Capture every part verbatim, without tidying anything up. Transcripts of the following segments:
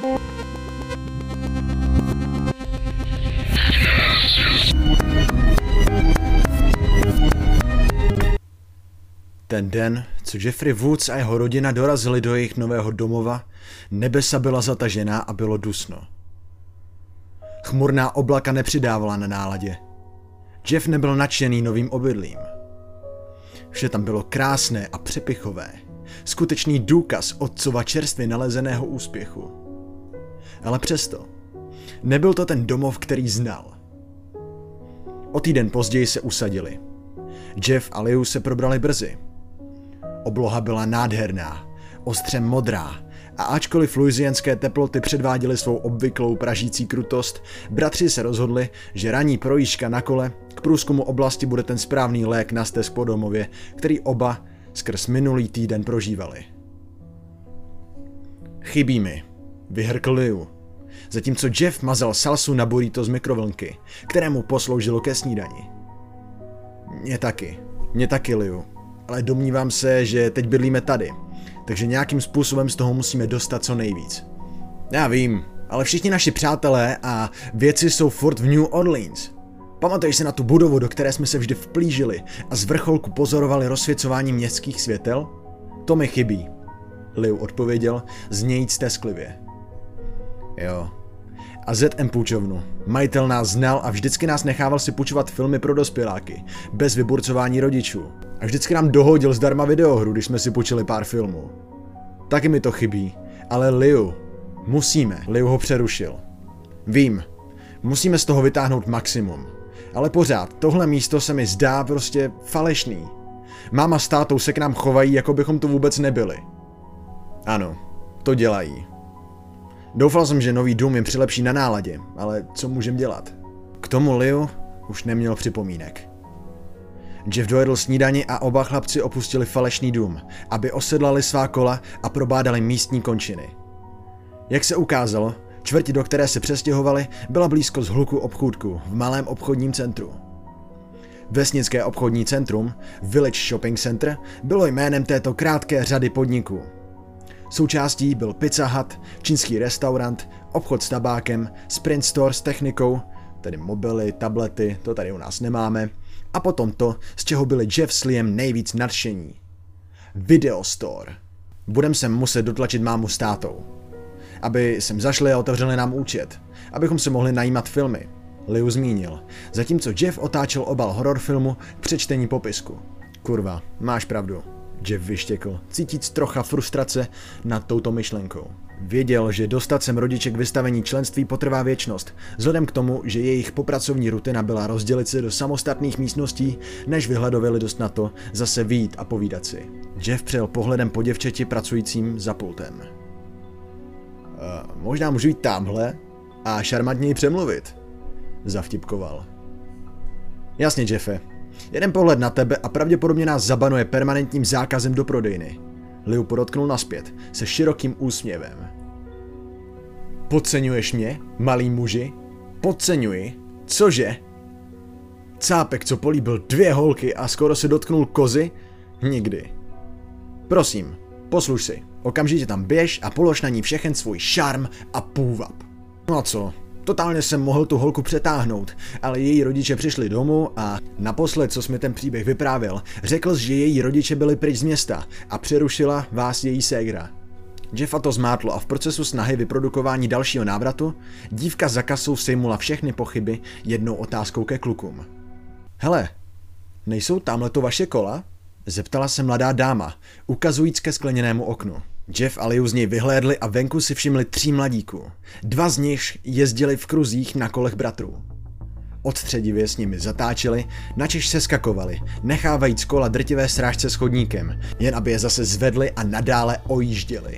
Ten den, co Jeffrey Woods a jeho rodina dorazili do jejich nového domova, nebesa byla zatažená a bylo dusno. Chmurná oblaka nepřidávala na náladě. Jeff nebyl nadšený novým obydlím. Vše tam bylo krásné a přepichové. Skutečný důkaz otcova čerstvě nalezeného úspěchu. Ale přesto, nebyl to ten domov, který znal. O týden později se usadili. Jeff a Liu se probrali brzy. Obloha byla nádherná, ostře modrá a ačkoliv louisianské teploty předváděly svou obvyklou pražící krutost, bratři se rozhodli, že ranní projížďka na kole k průzkumu oblasti bude ten správný lék na stez po domově, který oba skrz minulý týden prožívali. Chybí mi, vyhrkl Liu, zatímco Jeff mazal salsu na burrito z mikrovlnky, kterému posloužilo ke snídani. Mně taky, mně taky, Liu, ale domnívám se, že teď bydlíme tady, takže nějakým způsobem z toho musíme dostat co nejvíc. Já vím, ale všichni naši přátelé a věci jsou furt v New Orleans. Pamatuješ se na tu budovu, do které jsme se vždy vplížili a z vrcholku pozorovali rozsvěcování městských světel? To mi chybí, Liu odpověděl, znějíc tesklivě. Jo. A Z M půjčovnu. Majitel nás znal a vždycky nás nechával si půjčovat filmy pro dospěláky, bez vyburcování rodičů. A vždycky nám dohodil zdarma videohru, když jsme si půjčili pár filmů. Taky mi to chybí, ale Liu, musíme, Liu ho přerušil. Vím, musíme z toho vytáhnout maximum, ale pořád, tohle místo se mi zdá prostě falešný. Máma s tátou se k nám chovají, jako bychom tu vůbec nebyli. Ano, to dělají. Doufal jsem, že nový dům jim přilepší na náladě, ale co můžem dělat? K tomu Liu už neměl připomínek. Jeff dojedl snídani a oba chlapci opustili falešný dům, aby osedlali svá kola a probádali místní končiny. Jak se ukázalo, čtvrti, do které se přestěhovali, byla blízko z hluku obchůdku v malém obchodním centru. Vesnické obchodní centrum, Village Shopping Center, bylo jménem této krátké řady podniků. Součástí byl Pizza Hut, čínský restaurant, obchod s tabákem, Sprint Store s technikou, tedy mobily, tablety, to tady u nás nemáme, a potom to, z čeho byli Jeff s Liem nejvíc nadšení. Video Store. Budem sem muset dotlačit mámu s tátou. Aby sem zašli a otevřeli nám účet, abychom se mohli najímat filmy, Liu zmínil, zatímco Jeff otáčel obal horror filmu k přečtení popisku. Kurva, máš pravdu, Jeff vyštěkl, cítíc trocha frustrace nad touto myšlenkou. Věděl, že dostat sem rodiče k vystavení členství potrvá věčnost, vzhledem k tomu, že jejich popracovní rutina byla rozdělit se do samostatných místností, než vyhledovali dost na to zase vyjít a povídat si. Jeff přejel pohledem po děvčeti pracujícím za pultem. Uh, možná můžu jít tamhle a šarmantněji přemluvit, zavtipkoval. Jasně, Jeffe. Jeden pohled na tebe a pravděpodobně nás zabanuje permanentním zákazem do prodejny. Liu podotknul naspět, se širokým úsměvem. Podceňuješ mě, malý muži? Podceňuji? Cože? Cápek, co políbil dvě holky a skoro se dotknul kozy? Nikdy. Prosím, posluš si. Okamžitě tam běž a polož na ní všechen svůj šarm a půvab. No a co? Totálně jsem mohl tu holku přetáhnout, ale její rodiče přišli domů a naposled, co jsme ten příběh vyprávěl, řekl, že její rodiče byli pryč z města a přerušila vás její ségra. Jeffa to zmátlo a v procesu snahy vyprodukování dalšího návratu dívka za kasou sejmula všechny pochyby jednou otázkou ke klukům. Hele, nejsou tamhle to vaše kola? Zeptala se mladá dáma, ukazujíc ke skleněnému oknu. Jeff a Liu z něj vyhlédli a venku si všimli tří mladíků. Dva z nich jezdili v kruzích na kolech bratrů. Odstředivě s nimi zatáčeli, načež se skakovali, nechávajíc kola drtivé srážce s chodníkem, jen aby je zase zvedli a nadále ojížděli.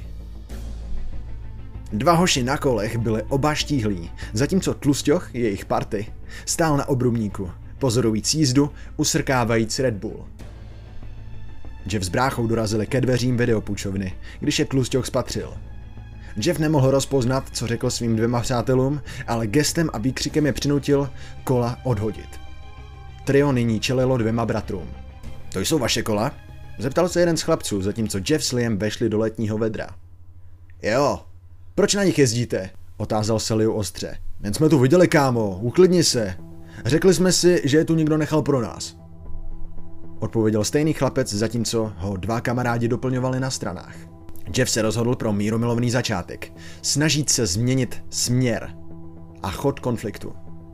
Dva hoši na kolech byli oba štíhlí, zatímco tlusťoch, jejich party, stál na obrubníku, pozorujíc jízdu, usrkávajíc Red Bull. Jeff s bráchou dorazili ke dveřím videopůjčovny, když je tlusťoch spatřil. Jeff nemohl rozpoznat, co řekl svým dvěma přátelům, ale gestem a výkřikem je přinutil kola odhodit. Trio nyní čelilo dvěma bratrům. To jsou vaše kola? Zeptal se jeden z chlapců, zatímco Jeff s Liem vešli do letního vedra. Jo, Proč na nich jezdíte? Otázal se Liu ostře. Jen jsme tu viděli, kámo, uklidni se. Řekli jsme si, že je tu někdo nechal pro nás. Odpověděl stejný chlapec, zatímco ho dva kamarádi doplňovali na stranách. Jeff se rozhodl pro mírumilovný začátek. Snažit se změnit směr a chod konfliktu.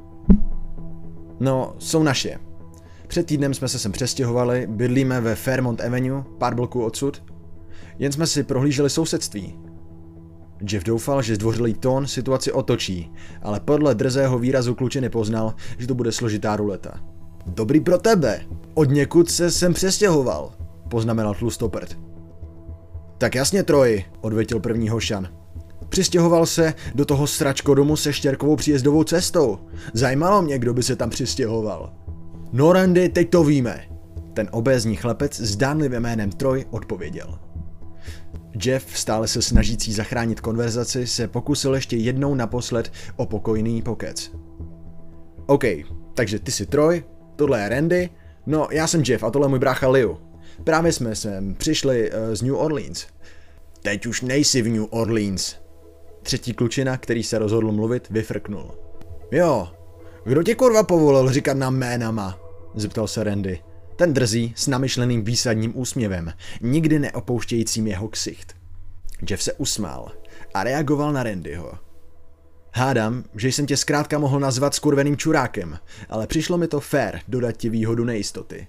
No, jsou naše. Před týdnem jsme se sem přestěhovali, bydlíme ve Fairmont Avenue, pár bloků odsud. Jen jsme si prohlíželi sousedství. Jeff doufal, že zdvořilý tón situaci otočí, ale podle drzého výrazu klučiny poznal, že to bude složitá ruleta. Dobrý pro tebe, od někud se sem přestěhoval, poznamenal tlustoprt. Tak jasně, Troji, odvětil první hošan. Přistěhoval se do toho sračkodomu se štěrkovou příjezdovou cestou. Zajímalo mě, kdo by se tam přistěhoval. No Randy, teď to víme. Ten obézní chlapec zdánlivě jménem Troy odpověděl. Jeff, stále se snažící zachránit konverzaci, se pokusil ještě jednou naposled o pokojný pokec. OK, takže ty jsi Troy, tohle je Randy, no já jsem Jeff a tohle je můj brácha Liu. Právě jsme sem přišli uh, z New Orleans. Teď už nejsi v New Orleans. Třetí klučina, který se rozhodl mluvit, vyfrknul. Jo, kdo tě kurva povolil říkat nám jménama? Zeptal se Randy. Ten drzí s namyšleným výsadním úsměvem, nikdy neopouštějícím jeho ksicht. Jeff se usmál a reagoval na Randyho. Hádám, že jsem tě zkrátka mohl nazvat skurveným čurákem, ale přišlo mi to fér dodat ti výhodu nejistoty.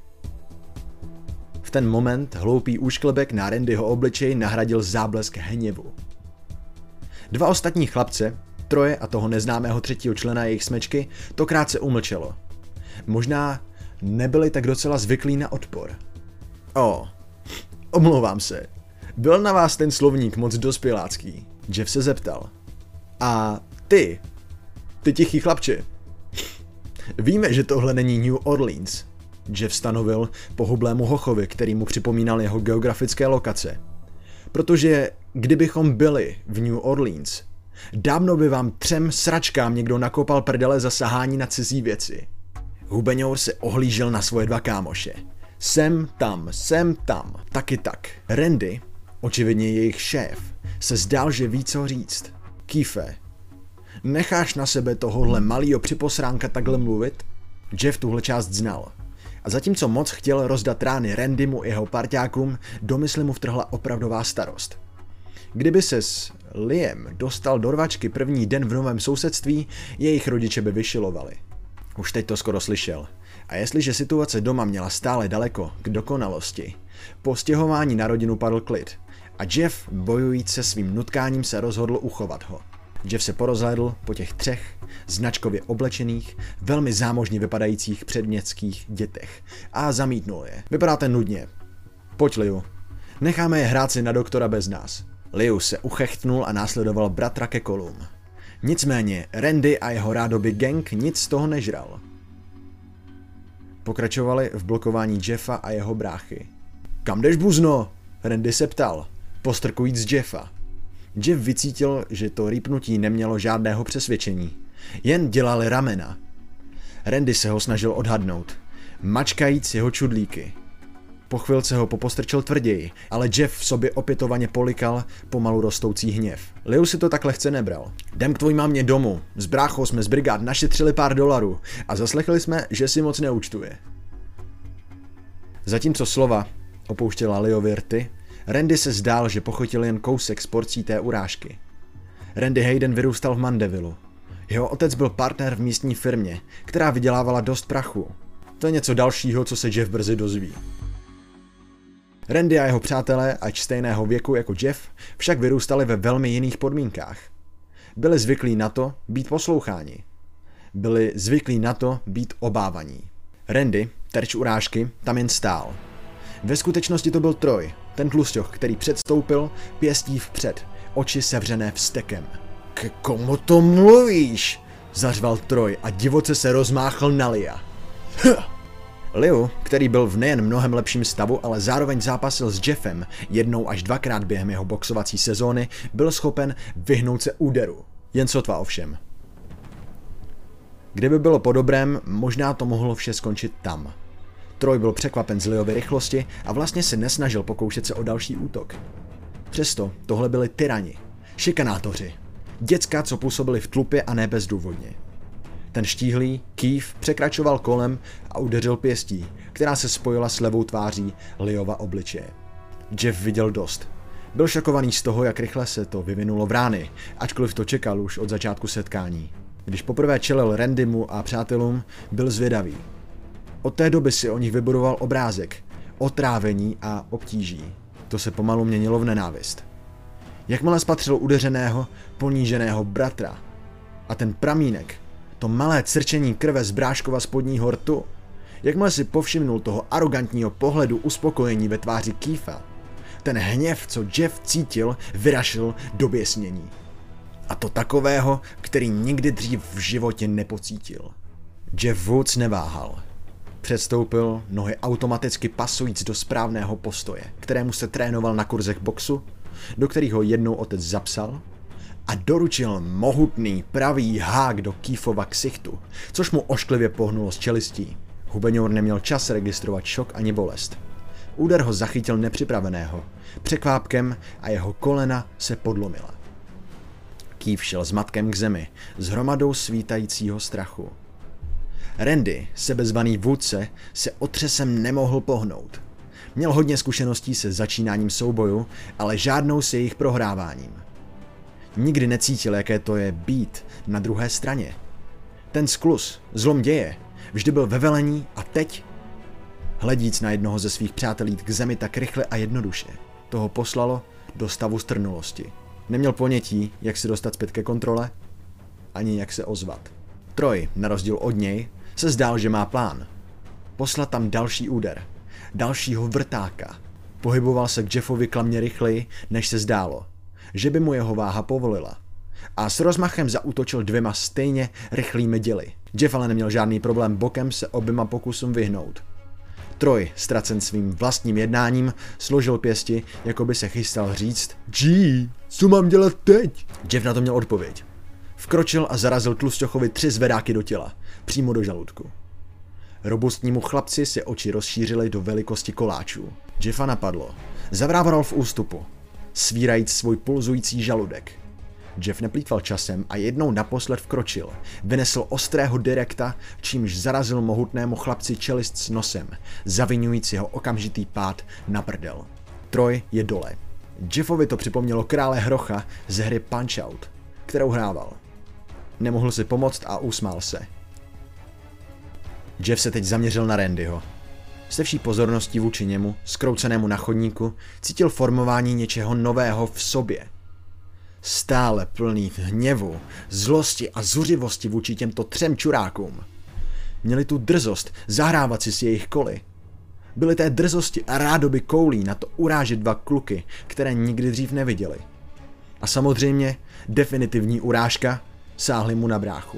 V ten moment hloupý úšklebek na Randyho obličeji nahradil záblesk hněvu. Dva ostatní chlapce, Troje a toho neznámého třetího člena jejich smečky, to krátce umlčelo. Možná nebyli tak docela zvyklí na odpor. O, omlouvám se. Byl na vás ten slovník moc dospělácký? Jeff se zeptal. A ty? Ty tichý chlapče. Víme, že tohle není New Orleans. Jeff stanovil pohublému hochovi, který mu připomínal jeho geografické lokace. Protože kdybychom byli v New Orleans, dávno by vám třem sračkám někdo nakopal prdele za sahání na cizí věci. Hubeňour se ohlížel na svoje dva kámoše. Sem tam, sem tam, taky tak. Randy, očividně jejich šéf, se zdál, že ví co říct. Keefe, necháš na sebe tohohle malýho připosránka takhle mluvit? Jeff tuhle část znal. A zatímco moc chtěl rozdat rány Randymu i jeho parťákům, do mysli mu vtrhla opravdová starost. Kdyby se s Liem dostal do rvačky první den v novém sousedství, jejich rodiče by vyšilovali. Už teď to skoro slyšel. A jestliže situace doma měla stále daleko k dokonalosti, po stěhování na rodinu padl klid a Jeff, bojujíc se svým nutkáním, se rozhodl uchovat ho. Jeff se porozhlédl po těch třech značkově oblečených, velmi zámožně vypadajících předměstských dětech a zamítnul je. Vypadáte nudně. Pojď, Liu. Necháme je hrát si na doktora bez nás. Liu se uchechtnul a následoval bratra ke kolům. Nicméně Randy a jeho rádoby gang nic z toho nežral. Pokračovali v blokování Jeffa a jeho bráchy. Kam jdeš, buzno? Randy se ptal, postrkujíc Jeffa. Jeff vycítil, že to rýpnutí nemělo žádného přesvědčení. Jen dělali ramena. Randy se ho snažil odhadnout, mačkajíc jeho čudlíky. Po chvilce ho popostrčil tvrději, ale Jeff v sobě opětovaně polikal pomalu rostoucí hněv. Liu si to tak lehce nebral. Jdem k tvojí mámě domů. S bráchou jsme z brigád našetřili pár dolarů a zaslechli jsme, že si moc neúčtuje. Zatímco slova opouštěla Liovi rty, Randy se zdál, že pochotil jen kousek z porcí té urážky. Randy Hayden vyrůstal v Mandevillu. Jeho otec byl partner v místní firmě, která vydělávala dost prachu. To je něco dalšího, co se Jeff brzy dozví. Randy a jeho přátelé, ač stejného věku jako Jeff, však vyrůstali ve velmi jiných podmínkách. Byli zvyklí na to být posloucháni. Byli zvyklí na to být obávaní. Randy, terč urážky, tam jen stál. Ve skutečnosti to byl Troy, ten tlusťoch, který předstoupil pěstí vpřed, oči sevřené vztekem. K komu to mluvíš? Zařval Troy a divoce se rozmáchl na Lia. Liu, který byl v nejen mnohem lepším stavu, ale zároveň zápasil s Jeffem jednou až dvakrát během jeho boxovací sezóny, byl schopen vyhnout se úderu. Jen sotva ovšem. Kdyby bylo po dobrém, možná to mohlo vše skončit tam. Troy byl překvapen z Liovy rychlosti a vlastně se nesnažil pokoušet se o další útok. Přesto tohle byli tyrani, šikanátoři, Děcka, co působili v tlupě a ne bezdůvodně. Ten štíhlý Keith překračoval kolem a udeřil pěstí, která se spojila s levou tváří Leova obličeje. Jeff viděl dost. Byl šokovaný z toho, jak rychle se to vyvinulo v rány, ačkoliv to čekal už od začátku setkání. Když poprvé čelil Randymu a přátelům, byl zvědavý. Od té doby si o nich vybudoval obrázek, otrávení a obtíží. To se pomalu měnilo v nenávist. Jakmile spatřil udeřeného, poníženého bratra a ten pramínek, to malé crčení krve z bráškova spodního rtu, jakmile si povšimnul toho arrogantního pohledu uspokojení ve tváři Keitha, ten hněv, co Jeff cítil, vyrašil do běsnění. A to takového, který nikdy dřív v životě nepocítil. Jeff Woods neváhal. Předstoupil, nohy automaticky pasujíc do správného postoje, kterému se trénoval na kurzech boxu, do kterých ho jednou otec zapsal, a doručil mohutný pravý hák do Keithova ksichtu, což mu ošklivě pohnulo z čelistí. Hubeňour neměl čas registrovat šok ani bolest. Úder ho zachytil nepřipraveného, překvápkem a jeho kolena se podlomila. Keith šel zmatkem k zemi, s hromadou svítajícího strachu. Randy, sebezvaný vůdce, se otřesem nemohl pohnout. Měl hodně zkušeností se začínáním souboju, ale žádnou s jejich prohráváním. Nikdy necítil, jaké to je být na druhé straně. Ten skluz, zlom děje, vždy byl ve velení a teď, hledíc na jednoho ze svých přátel jít k zemi tak rychle a jednoduše, toho poslalo do stavu strnulosti. Neměl ponětí, jak se dostat zpět ke kontrole, ani jak se ozvat. Troy, na rozdíl od něj, se zdál, že má plán. Poslat tam další úder, dalšího vrtáka. Pohyboval se k Jeffovi klamně rychleji, než se zdálo, že by mu jeho váha povolila. A s rozmachem zaútočil dvěma stejně rychlými děly. Jeff ale neměl žádný problém bokem se oběma pokusům vyhnout. Troy, ztracen svým vlastním jednáním, složil pěsti, jako by se chystal říct: Gee, co mám dělat teď? Jeff na to měl odpověď. Vkročil a zarazil tlusťochovi tři zvedáky do těla, přímo do žaludku. Robustnímu chlapci se oči rozšířily do velikosti koláčů. Jeffa napadlo. Zavrával v ústupu, svírajíc svůj pulzující žaludek. Jeff neplýtval časem a jednou naposled vkročil. Vynesl ostrého direkta, čímž zarazil mohutnému chlapci čelist s nosem, zaviňujíc jeho okamžitý pád na prdel. Troy je dole. Jeffovi to připomnělo krále Hrocha ze hry Punch-Out, kterou hrával. Nemohl si pomoct a usmál se. Jeff se teď zaměřil na Randyho. Se vší pozorností vůči němu, skroucenému na chodníku, cítil formování něčeho nového v sobě. Stále plný hněvu, zlosti a zuřivosti vůči těmto třem čurákům. Měli tu drzost zahrávat si s jejich koly. Byly té drzosti a rádoby koulí na to urážet dva kluky, které nikdy dřív neviděli. A samozřejmě definitivní urážka sáhly mu na bráchu.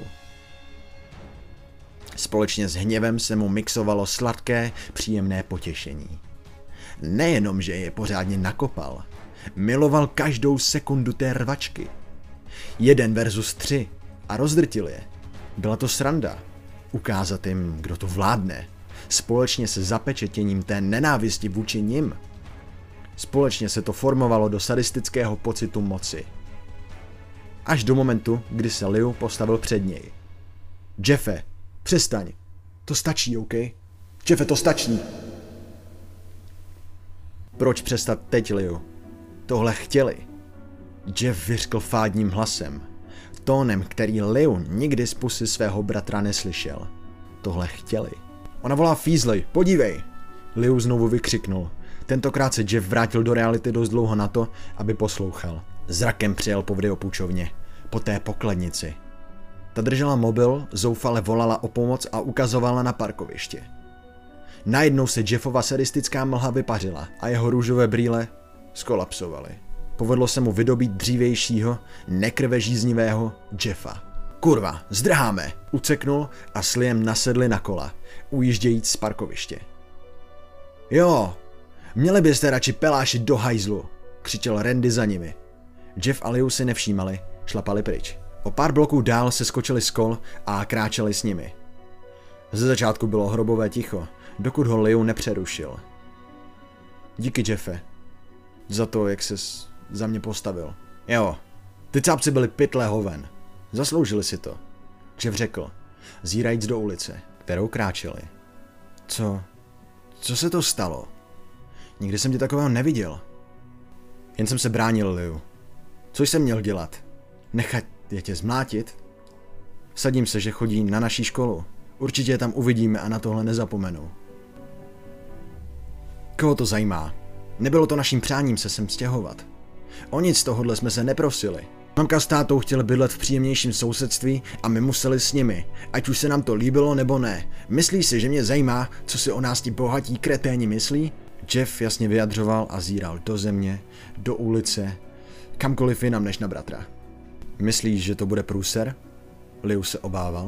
Společně s hněvem se mu mixovalo sladké, příjemné potěšení. Nejenom, že je pořádně nakopal, miloval každou sekundu té rvačky. Jeden versus tři a rozdrtil je. Byla to sranda. Ukázat jim, kdo to vládne. Společně se zapečetěním té nenávisti vůči nim. Společně se to formovalo do sadistického pocitu moci. Až do momentu, kdy se Liu postavil před něj. Jeffe, přestaň. To stačí, OK? Jeffe, to stačí. Proč přestat teď, Liu? Tohle chtěli. Jeff vyřkl fádním hlasem. Tónem, který Liu nikdy z pusy svého bratra neslyšel. Tohle chtěli. Ona volá Fízlej, podívej. Liu znovu vykřiknul. Tentokrát se Jeff vrátil do reality dost dlouho na to, aby poslouchal. Zrakem přijel po videopůjčovně. Po té pokladnici. Ta držela mobil, zoufale volala o pomoc a ukazovala na parkoviště. Najednou se Jeffova sadistická mlha vypařila a jeho růžové brýle skolapsovaly. Povedlo se mu vydobít dřívějšího, nekrvežíznivého Jeffa. Kurva, zdrháme, uceknul a s Liem nasedli na kola, ujíždějíc z parkoviště. Jo, měli byste radši pelášit do hajzlu, křičel Randy za nimi. Jeff a Liu si nevšímali, šlapali pryč. O pár bloků dál se skočili z kol a kráčeli s nimi. Ze začátku bylo hrobové ticho, dokud ho Liu nepřerušil. Díky, Jeffe, za to, jak ses za mě postavil. Jo, Ty cápci byli pytle hoven. Zasloužili si to. Jeff řekl, zírajíc do ulice, kterou kráčeli. Co? Co se to stalo? Nikdy jsem tě takového neviděl. Jen jsem se bránil, Liu. Co jsem měl dělat? Nechat je tě zmlátit? Vsadím se, že chodí na naší školu. Určitě je tam uvidíme a na tohle nezapomenu. Koho to zajímá? Nebylo to naším přáním se sem stěhovat. O nic z tohohle jsme se neprosili. Mamka s tátou chtěli bydlet v příjemnějším sousedství a my museli s nimi, ať už se nám to líbilo nebo ne. Myslíš si, že mě zajímá, co si o nás ti bohatí kreténi myslí? Jeff jasně vyjadřoval a zíral do země, do ulice, kamkoliv jinam než na bratra. Myslíš, že to bude průser? Liu se obával.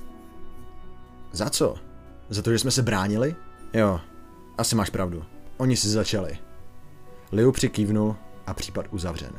Za co? Za to, že jsme se bránili? Jo, asi máš pravdu. Oni si začali. Liu přikývnul a případ uzavřen.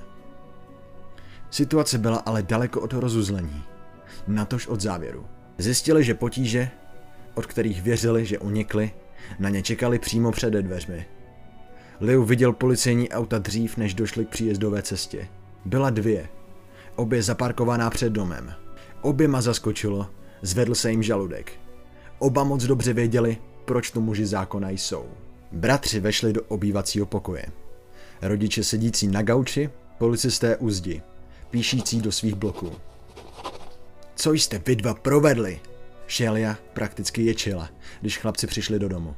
Situace byla ale daleko od rozuzlení, natož od závěru. Zjistili, že potíže, od kterých věřili, že unikli, na ně čekali přímo před dveřmi. Liu viděl policejní auta dřív, než došli k příjezdové cestě. Byla dvě, obě zaparkovaná před domem. Oběma zaskočilo, zvedl se jim žaludek. Oba moc dobře věděli, proč tu muži zákona jsou. Bratři vešli do obývacího pokoje. Rodiče sedící na gauči, policisté u zdi, píšící do svých bloků. Co jste vy dva provedli? Shelia prakticky ječila, když chlapci přišli do domu.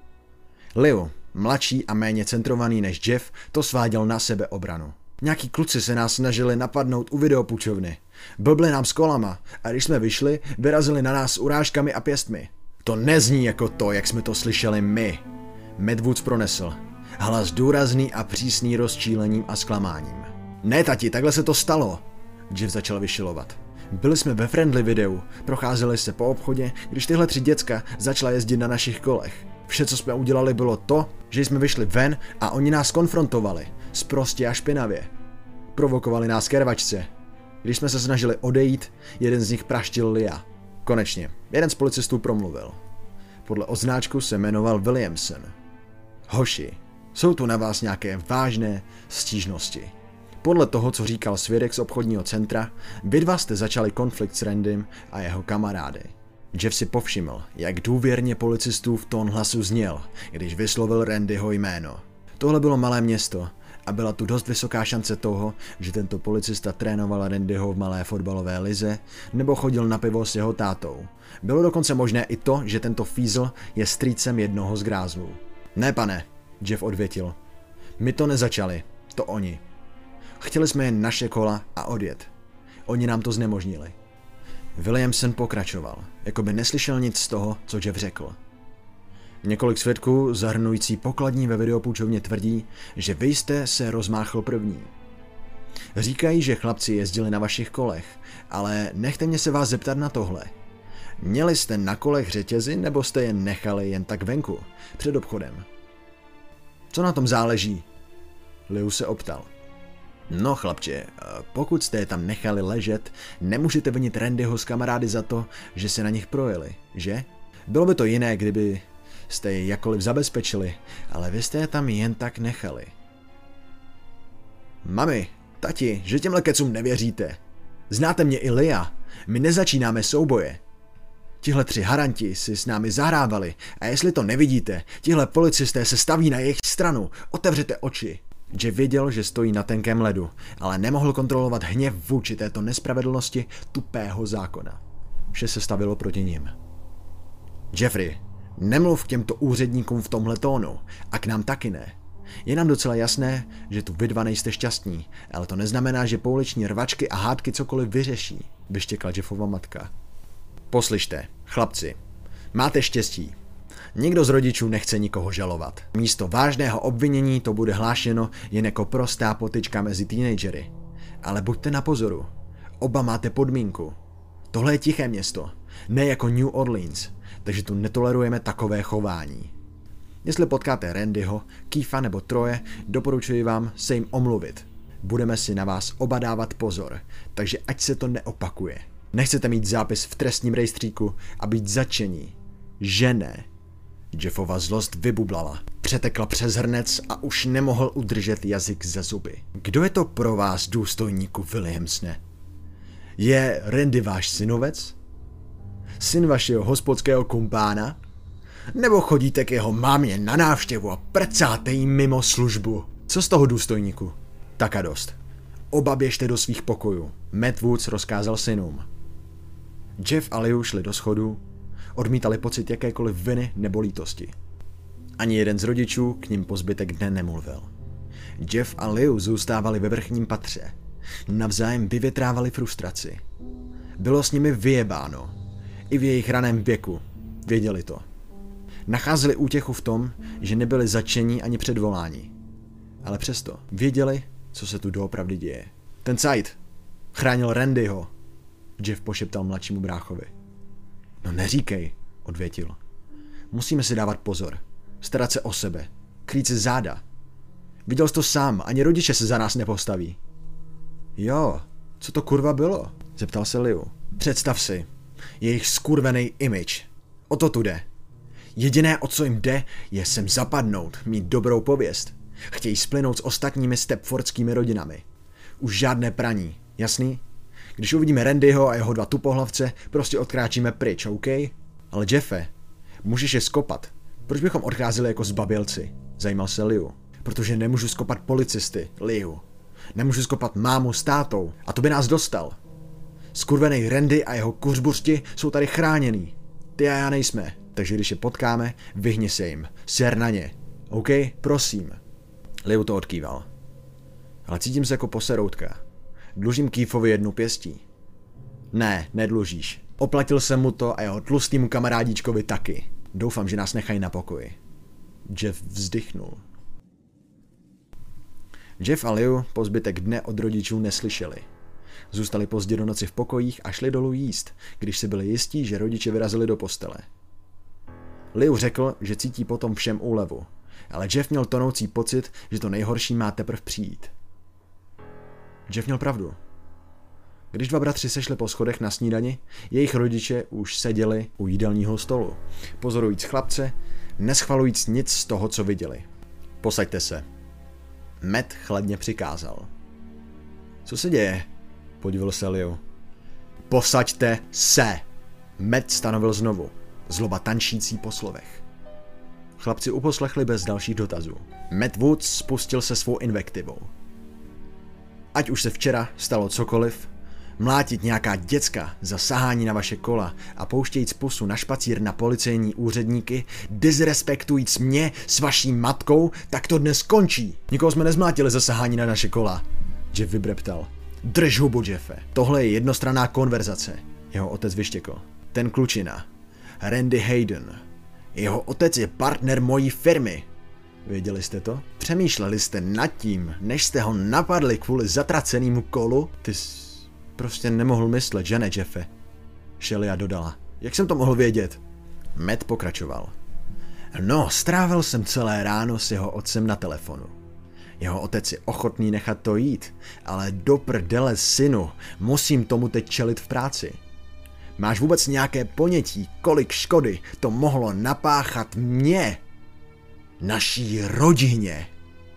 Liu, mladší a méně centrovaný než Jeff, to sváděl na sebe obranu. Nějaký kluci se nás snažili napadnout u videopůjčovny. Blbli nám s kolama a když jsme vyšli, vyrazili na nás urážkami a pěstmi. To nezní jako to, jak jsme to slyšeli my. Matt Woods pronesl. Hlas důrazný a přísný rozčílením a zklamáním. Ne, tati, takhle se to stalo. Jeff začal vyšilovat. Byli jsme ve friendly videu, procházeli se po obchodě, když tyhle tři děcka začala jezdit na našich kolech. Vše, co jsme udělali, bylo to, že jsme vyšli ven a oni nás konfrontovali, sprostě a špinavě. Provokovali nás ke rvačce. Když jsme se snažili odejít, jeden z nich praštil Lia. Konečně, jeden z policistů promluvil. Podle odznáčku se jmenoval Williamson. Hoši, jsou tu na vás nějaké vážné stížnosti. Podle toho, co říkal svědek z obchodního centra, vy dva jste začali konflikt s Randym a jeho kamarády. Jeff si povšiml, jak důvěrně policistů v tón hlasu zněl, když vyslovil Randyho jméno. Tohle bylo malé město a byla tu dost vysoká šance toho, že tento policista trénoval Randyho v malé fotbalové lize nebo chodil na pivo s jeho tátou. Bylo dokonce možné i to, že tento fízl je strýcem jednoho z grázlů. Ne, pane, Jeff odvětil. My to nezačali, to oni. Chtěli jsme jen naše kola a odjet. Oni nám to znemožnili. Williamson pokračoval, jako by neslyšel nic z toho, co Jeff řekl. Několik svědků, zahrnující pokladní ve videopůjčovně, tvrdí, že vy jste se rozmáchl první. Říkají, že chlapci jezdili na vašich kolech, ale nechte mě se vás zeptat na tohle. Měli jste na kolech řetězy, nebo jste je nechali jen tak venku, před obchodem? Co na tom záleží? Liu se optal. No chlapče, pokud jste je tam nechali ležet, nemůžete vinit Randyho s kamarády za to, že se na nich projeli, že? Bylo by to jiné, kdyby jste je jakkoliv zabezpečili, ale vy jste je tam jen tak nechali. Mami, tati, že těmhle kecům nevěříte. Znáte mě i Lia, my nezačínáme souboje. Tihle tři haranti si s námi zahrávali a jestli to nevidíte, tihle policisté se staví na jejich stranu, otevřete oči. Jeff věděl, že stojí na tenkém ledu, ale nemohl kontrolovat hněv vůči této nespravedlnosti tupého zákona. Vše se stavilo proti nim. Jeffrey, nemluv k těmto úředníkům v tomhle tónu a k nám taky ne. Je nám docela jasné, že tu vy dva nejste šťastní, ale to neznamená, že pouliční rvačky a hádky cokoliv vyřeší, vyštěkla Jeffova matka. Poslyšte, chlapci, máte štěstí. Nikdo z rodičů nechce nikoho žalovat. Místo vážného obvinění to bude hlášeno jen jako prostá potyčka mezi teenagery. Ale buďte na pozoru. Oba máte podmínku. Tohle je tiché město, ne jako New Orleans, takže tu netolerujeme takové chování. Jestli potkáte Randyho, Keefa nebo Troje, doporučuji vám se jim omluvit. Budeme si na vás oba dávat pozor, takže ať se to neopakuje. Nechcete mít zápis v trestním rejstříku a být zatčení. Že ne. Jeffova zlost vybublala. Přetekla přes hrnec a už nemohl udržet jazyk ze zuby. Kdo je to pro vás, důstojníku Williamsne? Je Randy váš synovec? Syn vašeho hospodského kumpána? Nebo chodíte k jeho mámě na návštěvu a prcáte jí mimo službu? Co z toho, důstojníku? Tak a dost. Oba běžte do svých pokojů. Matt Woods rozkázal synům. Jeff a Liu šli do schodu, odmítali pocit jakékoliv viny nebo lítosti. Ani jeden z rodičů k nim po zbytek dne nemluvil. Jeff a Liu zůstávali ve vrchním patře. Navzájem vyvětrávali frustraci. Bylo s nimi vyjebáno. I v jejich raném věku. Věděli to. Nacházeli útěchu v tom, že nebyli zatčeni ani předvoláni. Ale přesto věděli, co se tu doopravdy děje. Ten Cajt chránil Randyho, Jeff pošeptal mladšímu bráchovi. No neříkej, odvětil. Musíme si dávat pozor. Starat se o sebe. Krýt si záda. Viděl jsi to sám, ani rodiče se za nás nepostaví. Jo, co to kurva bylo? Zeptal se Liu. Představ si, jejich skurvený image. O to tu jde. Jediné, o co jim jde, je sem zapadnout, mít dobrou pověst. Chtějí splynout s ostatními stepfordskými rodinami. Už žádné praní, jasný? Když uvidíme Randyho a jeho dva tupohlavce, prostě odkráčíme pryč, OK? Ale Jeffe, můžeš je skopat. Proč bychom odcházeli jako zbabělci? Zajímal se Liu. Protože nemůžu skopat policisty, Liu. Nemůžu skopat mámu s tátou a to by nás dostal. Skurvený Randy a jeho kuřbuřti jsou tady chráněný. Ty a já nejsme, takže když je potkáme, vyhni se jim. Ser na ně. OK? Prosím. Liu to odkýval. Ale cítím se jako poseroutka. Dlužím Keefovi jednu pěstí. Ne, nedlužíš. Oplatil jsem mu to a jeho tlustýmu kamarádičkovi taky. Doufám, že nás nechají na pokoji. Jeff vzdychnul. Jeff a Liu po zbytek dne od rodičů neslyšeli. Zůstali pozdě do noci v pokojích a šli dolů jíst, když si byli jistí, že rodiče vyrazili do postele. Liu řekl, že cítí potom všem úlevu, ale Jeff měl tonoucí pocit, že to nejhorší má teprve přijít. Jeff měl pravdu. Když dva bratři sešli po schodech na snídani, jejich rodiče už seděli u jídelního stolu, pozorujíc chlapce, neschvalujíc nic z toho, co viděli. Posaďte se. Matt chladně přikázal. Co se děje? Podíval se Liu. Posaďte se! Matt stanovil znovu, zloba tančící po slovech. Chlapci uposlechli bez dalších dotazů. Matt Woods spustil se svou invektivou. Ať už se včera stalo cokoliv, mlátit nějaká děcka za sahání na vaše kola a pouštějíc pusu na špacír na policejní úředníky, disrespektujíc mě s vaší matkou, tak to dnes končí. Nikoho jsme nezmlátili za sahání na naše kola. Jeff vybreptal. Drž hubu, Jeffe. Tohle je jednostranná konverzace. Jeho otec vyštěkl. Ten klučina. Randy Hayden. Jeho otec je partner mojí firmy. Věděli jste to? Přemýšleli jste nad tím, než jste ho napadli kvůli zatracenému kolu? Ty jsi prostě nemohl myslet, že ne, Jeffe? Shelia dodala. Jak jsem to mohl vědět? Matt pokračoval. No, strávil jsem celé ráno s jeho otcem na telefonu. Jeho otec je ochotný nechat to jít, ale do prdele, synu, musím tomu teď čelit v práci. Máš vůbec nějaké ponětí, kolik škody to mohlo napáchat mně? Naší rodině.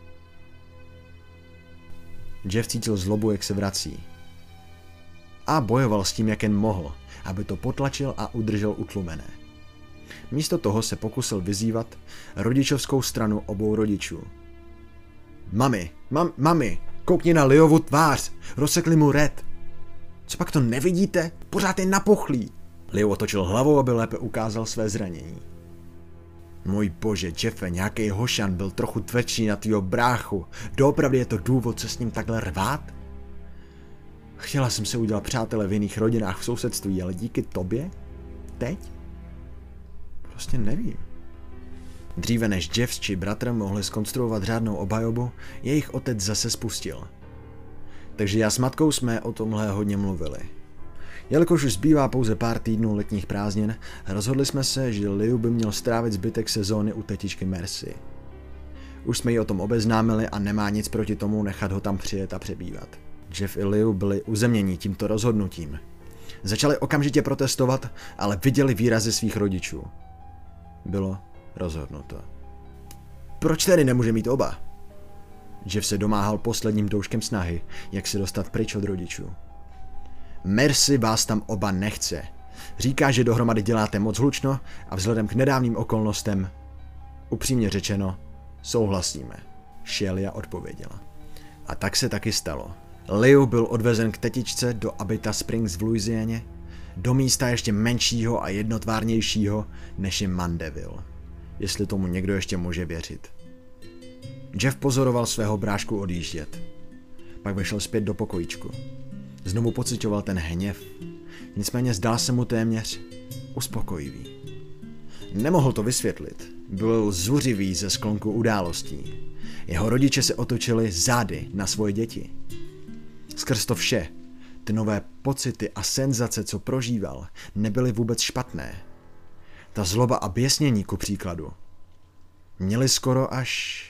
Jeff cítil zlobu, jak se vrací. A bojoval s tím, jak jen mohl, aby to potlačil a udržel utlumené. Místo toho se pokusil vyzývat rodičovskou stranu obou rodičů. Mami, mam, mami, koukni na Liovu tvář, rozsekli mu red. Co pak to nevidíte? Pořád je napuchlý. Liu otočil hlavou, aby lépe ukázal své zranění. Můj bože, Jeffe, nějaký hošan byl trochu tvrdší na tvýho bráchu. Doopravdy je to důvod, co s ním takhle rvát? Chtěla jsem se udělat přátele v jiných rodinách v sousedství, ale díky tobě? Teď? Prostě nevím. Dříve než Jeff či bratr mohli zkonstruovat řádnou obhajobu, jejich otec zase spustil. Takže já s matkou jsme o tomhle hodně mluvili. Jelikož už zbývá pouze pár týdnů letních prázdnin, rozhodli jsme se, že Liu by měl strávit zbytek sezóny u tetičky Mercy. Už jsme ji o tom obeznámili a nemá nic proti tomu nechat ho tam přijet a přebývat. Jeff i Liu byli uzemněni tímto rozhodnutím. Začali okamžitě protestovat, ale viděli výrazy svých rodičů. Bylo rozhodnuto. Proč tedy nemůže mít oba? Jeff se domáhal posledním douškem snahy, jak se dostat pryč od rodičů. Mercy vás tam oba nechce. Říká, že dohromady děláte moc hlučno a vzhledem k nedávným okolnostem, upřímně řečeno, souhlasíme. Shelia odpověděla. A tak se taky stalo. Leo byl odvezen k tetičce do Abita Springs v Louisianě, do místa ještě menšího a jednotvárnějšího, než je Mandeville. Jestli tomu někdo ještě může věřit. Jeff pozoroval svého brášku odjíždět. Pak vešel zpět do pokojíčku. Znovu pociťoval ten hněv. Nicméně zdál se mu téměř uspokojivý. Nemohl to vysvětlit. Byl zuřivý ze sklonku událostí. Jeho rodiče se otočili zády na svoje děti. Skrz to vše, ty nové pocity a senzace, co prožíval, nebyly vůbec špatné. Ta zloba a běsnění, ku příkladu, měly skoro až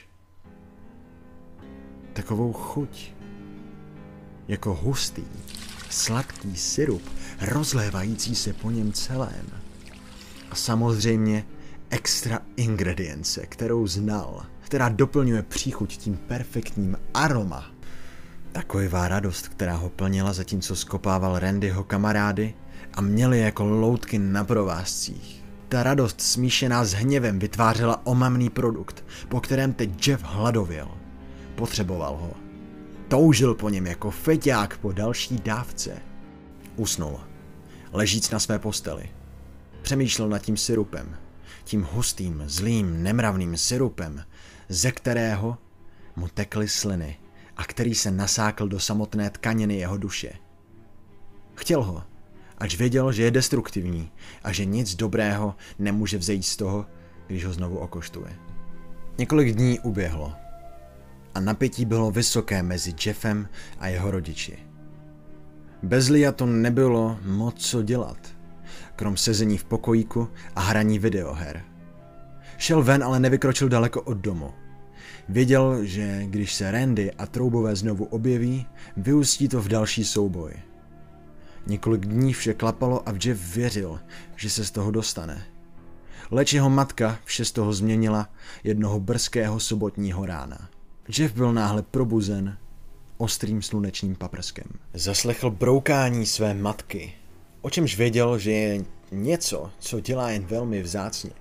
takovou chuť. Jako hustý, sladký syrup, rozlévající se po něm celém. A samozřejmě extra ingredience, kterou znal, která doplňuje příchuť tím perfektním aroma. Taková radost, která ho plnila, zatímco skopával Randyho kamarády a měli jako loutky na provázcích. Ta radost smíšená s hněvem vytvářela omamný produkt, po kterém teď Jeff hladověl. Potřeboval ho. Toužil po něm jako feťák po další dávce. Usnul. Ležíc na své posteli. Přemýšlel nad tím syrupem. Tím hustým, zlým, nemravným syrupem, ze kterého mu tekly sliny a který se nasákl do samotné tkaniny jeho duše. Chtěl ho, ač věděl, že je destruktivní a že nic dobrého nemůže vzejít z toho, když ho znovu okoštuje. Několik dní uběhlo a napětí bylo vysoké mezi Jeffem a jeho rodiči. Bez Lia to nebylo moc co dělat, krom sezení v pokojíku a hraní videoher. Šel ven, ale nevykročil daleko od domu. Věděl, že když se Randy a troubové znovu objeví, vyústí to v další souboj. Několik dní vše klapalo a Jeff věřil, že se z toho dostane. Leč jeho matka vše z toho změnila jednoho brzkého sobotního rána. Jeff byl náhle probuzen ostrým slunečním paprskem. Zaslechl broukání své matky, o čemž věděl, že je něco, co dělá jen velmi vzácně.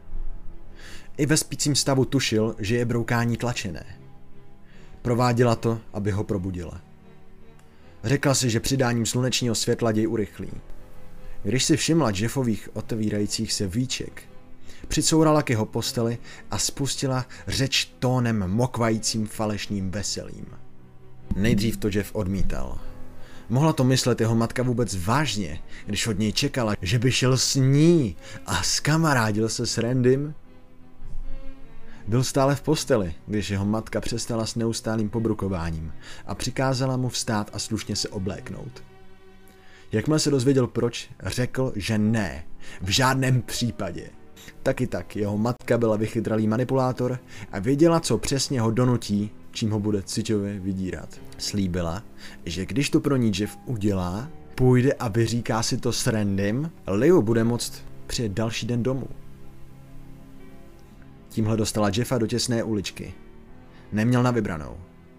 I ve spícím stavu tušil, že je broukání tlačené. Prováděla to, aby ho probudila. Řekla si, že přidáním slunečního světla děj urychlí. Když si všimla Jeffových otevírajících se víček, přicourala k jeho posteli a spustila řeč tónem mokvajícím falešným veselým. Nejdřív to Jeff odmítal. Mohla to myslet jeho matka vůbec vážně, když od něj čekala, že by šel s ní a skamarádil se s Randym? Byl stále v posteli, když jeho matka přestala s neustálým pobrukováním a přikázala mu vstát a slušně se obléknout. Jakmile se dozvěděl proč, řekl, že ne, v žádném případě. Taky tak, jeho matka byla vychytralý manipulátor a věděla, co přesně ho donutí, čím ho bude ciťově vydírat. Slíbila, že když to pro ní Jeff udělá, půjde a vyříká si to s Randym, Leo bude moct přijet další den domů. Tímhle dostala Jeffa do těsné uličky. Neměl na vybranou.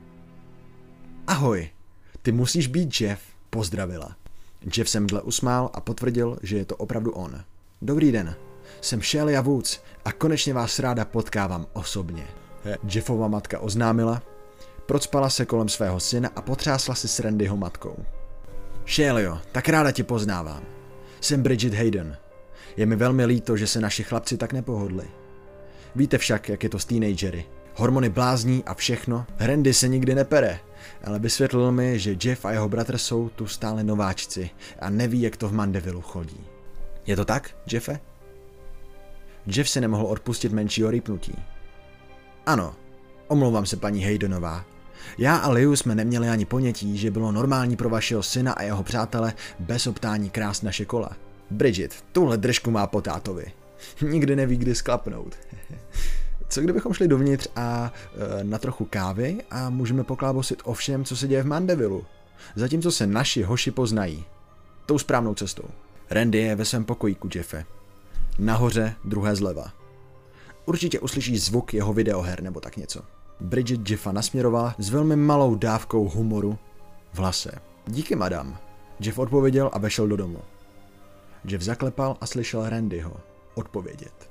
Ahoj, ty musíš být Jeff, pozdravila. Jeff se mdle usmál a potvrdil, že je to opravdu on. Dobrý den, jsem Shelia Woods a konečně vás ráda potkávám osobně. Jeffova matka oznámila, procpala se kolem svého syna a potřásla si s Randyho matkou. Shelio, tak ráda tě poznávám. Jsem Bridget Hayden. Je mi velmi líto, že se naši chlapci tak nepohodli. Víte však, jak je to s teenagery. Hormony blázní a všechno. Randy se nikdy nepere, ale vysvětlil mi, že Jeff a jeho bratr jsou tu stále nováčci a neví, jak to v Mandevillu chodí. Je to tak, Jeffe? Jeff se nemohl odpustit menšího rýpnutí. Ano, omlouvám se, paní Haydenová. Já a Leo jsme neměli ani ponětí, že bylo normální pro vašeho syna a jeho přátele bez optání krást naše kola. Bridget, tuhle držku má po tátovi. Nikdy neví, kdy sklapnout. Co kdybychom šli dovnitř a e, na trochu kávy a můžeme poklábosit o všem, co se děje v Mandevillu, zatímco se naši hoši poznají. Tou správnou cestou. Randy je ve svém pokojíku, Jeffe. Nahoře, druhé zleva. Určitě uslyšíš zvuk jeho videoher nebo tak něco. Bridget Jeffa nasměrovala s velmi malou dávkou humoru v hlase. Díky, madam. Jeff odpověděl a vešel do domu. Jeff zaklepal a slyšel Randyho odpovědět.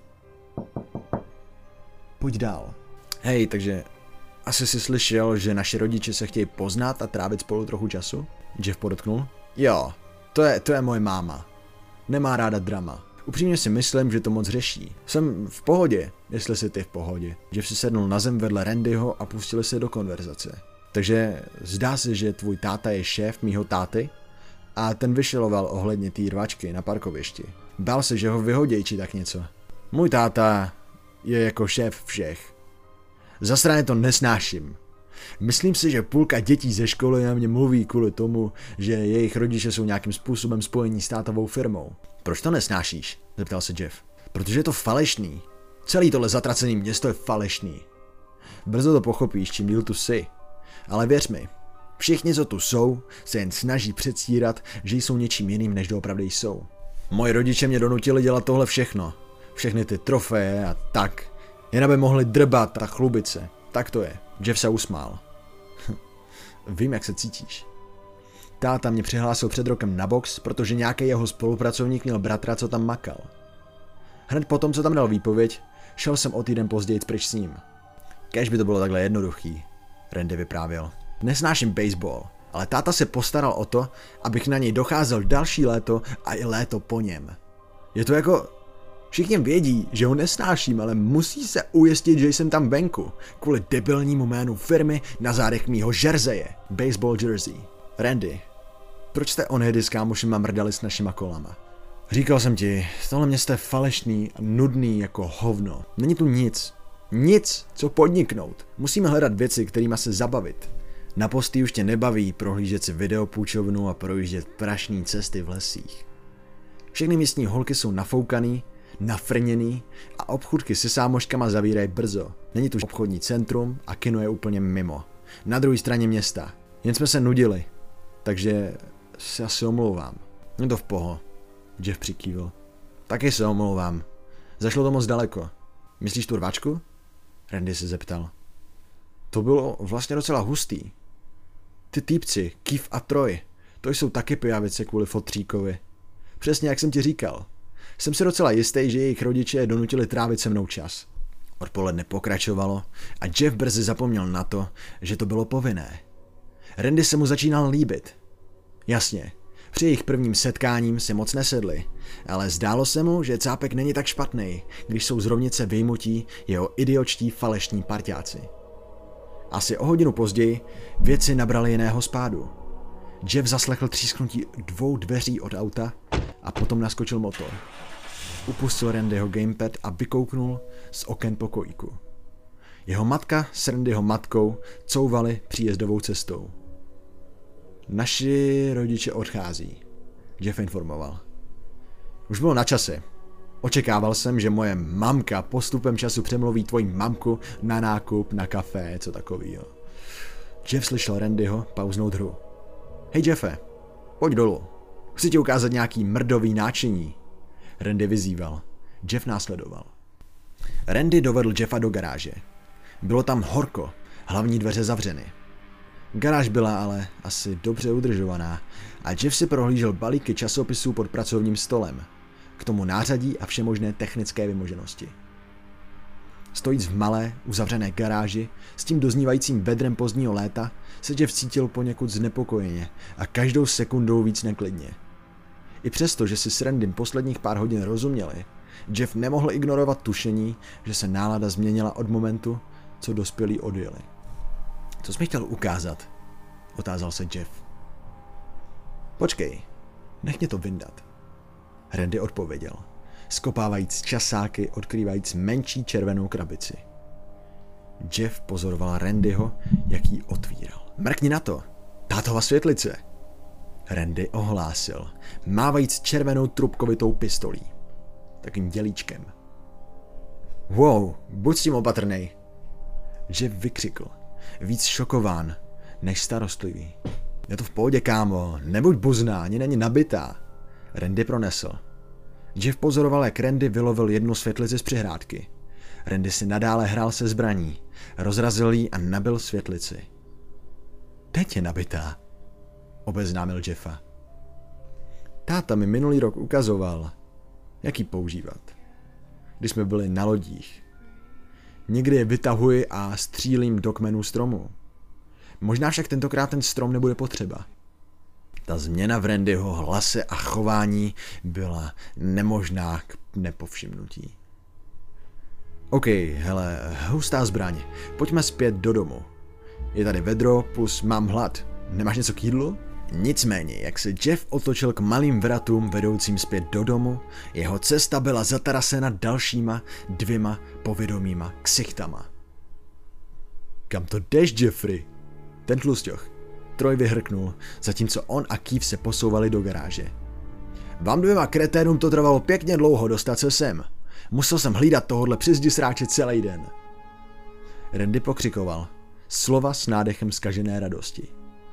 Pojď dál. Hej, takže asi jsi slyšel, že naši rodiče se chtějí poznat a trávit spolu trochu času? Jeff podotknul. Jo, to je, to je moje máma. Nemá ráda drama. Upřímně si myslím, že to moc řeší. Jsem v pohodě, jestli jsi ty v pohodě. Jeff si sednul na zem vedle Randyho a pustili se do konverzace. Takže zdá se, že tvůj táta je šéf mýho táty a ten vyšiloval ohledně té rvačky na parkovišti. Bál se, že ho vyhoděj či tak něco. Můj táta je jako šéf všech. Zasraně to nesnáším. Myslím si, že půlka dětí ze školy na mě mluví kvůli tomu, že jejich rodiče jsou nějakým způsobem spojení s tátovou firmou. Proč to nesnášíš? Zeptal se Jeff. Protože je to falešný. Celý tohle zatracený město je falešný. Brzo to pochopíš, čím díl tu jsi. Ale věř mi, všichni, co tu jsou, se jen snaží předstírat, že jsou něčím jiným, než doopravdy jsou. Moji rodiče mě donutili dělat tohle všechno. Všechny ty trofeje a tak. Jen aby mohli drbat a chlubit se. Tak to je. Jeff se usmál. Vím, jak se cítíš. Táta mě přihlásil před rokem na box, protože nějaký jeho spolupracovník měl bratra, co tam makal. Hned potom, co tam dal výpověď, šel jsem o týden později pryč s ním. Kéž by to bylo takhle jednoduchý, Randy vyprávěl. Nesnáším baseball, ale táta se postaral o to, abych na něj docházel další léto a i léto po něm. Je to jako... Všichni vědí, že ho nesnáším, ale musí se ujistit, že jsem tam venku, kvůli debilnímu jménu firmy na zádech mýho žerzeje, baseball jersey. Randy, proč jste onehdy s kámošima mrdali s našima kolama? Říkal jsem ti, tohle město je falešný a nudný jako hovno. Není tu nic. Nic, co podniknout. Musíme hledat věci, kterýma se zabavit. Na posty už tě nebaví prohlížet si videopůjčovnu a projíždět prašní cesty v lesích. Všechny místní holky jsou nafoukaný, nafrněný a obchůdky se sámoškama zavírají brzo. Není tu obchodní centrum a kino je úplně mimo. Na druhé straně města. Jen jsme se nudili. Takže se asi omlouvám. Je to v poho. Jeff přikývil. Taky se omlouvám. Zašlo to moc daleko. Myslíš tu rvačku? Randy se zeptal. To bylo vlastně docela hustý. Ty týpci, Keith a Troy, to jsou taky pijavice kvůli fotříkovi. Přesně jak jsem ti říkal. Jsem si docela jistý, že jejich rodiče je donutili trávit se mnou čas. Odpoledne pokračovalo a Jeff brzy zapomněl na to, že to bylo povinné. Randy se mu začínal líbit. Jasně, při jejich prvním setkáním se moc nesedli, ale zdálo se mu, že cápek není tak špatný, když jsou z rovnice vyjmutí jeho idiočtí falešní parťáci. Asi o hodinu později věci nabrali jiného spádu. Jeff zaslechl třísknutí dvou dveří od auta a potom naskočil motor. Upustil Randyho gamepad a vykouknul z oken pokojíku. Jeho matka s Randyho matkou couvali příjezdovou cestou. Naši rodiče odchází, Jeff informoval. Už bylo na čase. Očekával jsem, že moje mamka postupem času přemluví tvoji mamku na nákup, na kafe, co takovýho. Jeff slyšel Randyho pauznout hru. Hej Jeffe, pojď dolů. Chci ti ukázat nějaký mrdový náčiní. Randy vyzýval. Jeff následoval. Randy dovedl Jeffa do garáže. Bylo tam horko, hlavní dveře zavřeny. Garáž byla ale asi dobře udržovaná a Jeff si prohlížel balíky časopisů pod pracovním stolem. K tomu nářadí a všemožné technické vymoženosti. Stojíc v malé, uzavřené garáži s tím doznívajícím vedrem pozdního léta se Jeff cítil poněkud znepokojeně a každou sekundou víc neklidně. I přesto, že si s Randym posledních pár hodin rozuměli, Jeff nemohl ignorovat tušení, že se nálada změnila od momentu, co dospělí odjeli. Co jsi mi chtěl ukázat? Otázal se Jeff. Počkej, nech mě to vyndat. Randy odpověděl, skopávajíc časáky, odkrývajíc menší červenou krabici. Jeff pozoroval Randyho, jak ji otvíral. Mrkni na to, tátova světlice. Randy ohlásil, mávajíc červenou trubkovitou pistolí. Takým dělíčkem. Wow, buď s tím opatrnej. Jeff vykřikl, víc šokován, než starostlivý. Je to v pohodě, kámo, nebuď buzná, ani není nabitá. Randy pronesl. Jeff pozoroval, jak Randy vylovil jednu světlici z přihrádky. Randy si nadále hrál se zbraní, rozrazil ji a nabil světlici. Teď je nabitá, obeznámil Jeffa. Táta mi minulý rok ukazoval, jak ji používat, když jsme byli na lodích. Někdy je vytahuji a střílím do kmenů stromu. Možná však tentokrát ten strom nebude potřeba. Ta změna v Randyho hlase a chování byla nemožná k nepovšimnutí. OK, hele, hustá zbraň, pojďme zpět do domu. Je tady vedro, plus mám hlad. Nemáš něco k jídlu? Nicméně, jak se Jeff otočil k malým vratům vedoucím zpět do domu, jeho cesta byla zatarasena dalšíma dvěma povědomýma ksichtama. Kam to jdeš, Jeffrey? Ten tlusťoch. Troy vyhrknul, zatímco on a Keith se posouvali do garáže. Vám dvěma kreténům to trvalo pěkně dlouho dostat se sem. Musel jsem hlídat tohodle přizdi sráče celý den. Randy pokřikoval, slova s nádechem zkažené radosti.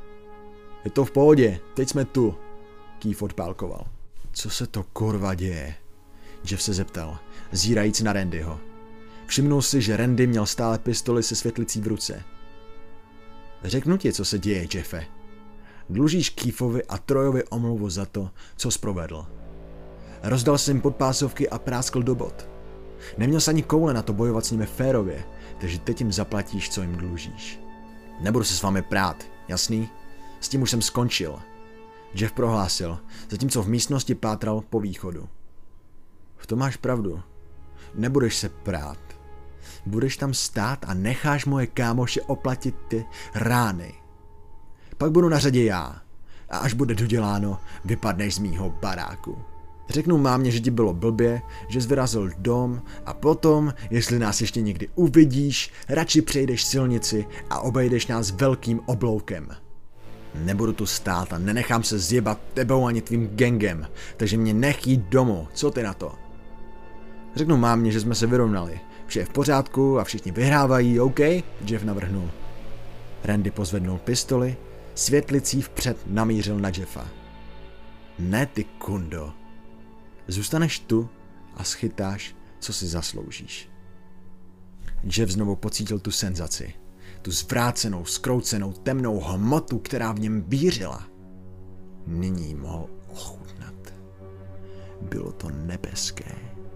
Je to v pohodě, teď jsme tu, Keith odpálkoval. Co se to kurva děje? Jeff se zeptal, zírajíc na Randyho. Všimnul si, že Randy měl stále pistoli se světlicí v ruce. Řeknu ti, co se děje, Jeffe. Dlužíš Keithovi a Troyovi omluvu za to, co jsi provedl. Rozdal jsem jim podpásovky a práskl do bod. Neměl jsi ani koule na to bojovat s nimi férově, takže teď jim zaplatíš, co jim dlužíš. Nebudu se s vámi prát, jasný? S tím už jsem skončil. Jeff prohlásil, zatímco v místnosti pátral po východu. V tom máš pravdu. Nebudeš se prát. Budeš tam stát a necháš moje kámoše oplatit ty rány. Pak budu na řadě já. A až bude doděláno, vypadneš z mýho baráku. Řeknu mámě, že ti bylo blbě, že jsi vyrazil dom a potom, jestli nás ještě někdy uvidíš, radši přejdeš silnici a obejdeš nás velkým obloukem. Nebudu tu stát a nenechám se zjebat tebou ani tvým gangem, takže mě nech jít domů, co ty na to? Řeknu mámě, že jsme se vyrovnali, vše je v pořádku a všichni vyhrávají, OK? Jeff navrhnul. Randy pozvednul pistoli, světlicí vpřed namířil na Jeffa. Ne ty kundo. Zůstaneš tu a schytáš, co si zasloužíš. Jeff znovu pocítil tu senzaci. Tu zvrácenou, zkroucenou, temnou hmotu, která v něm vířila. Nyní mohl ochutnat. Bylo to nebeské.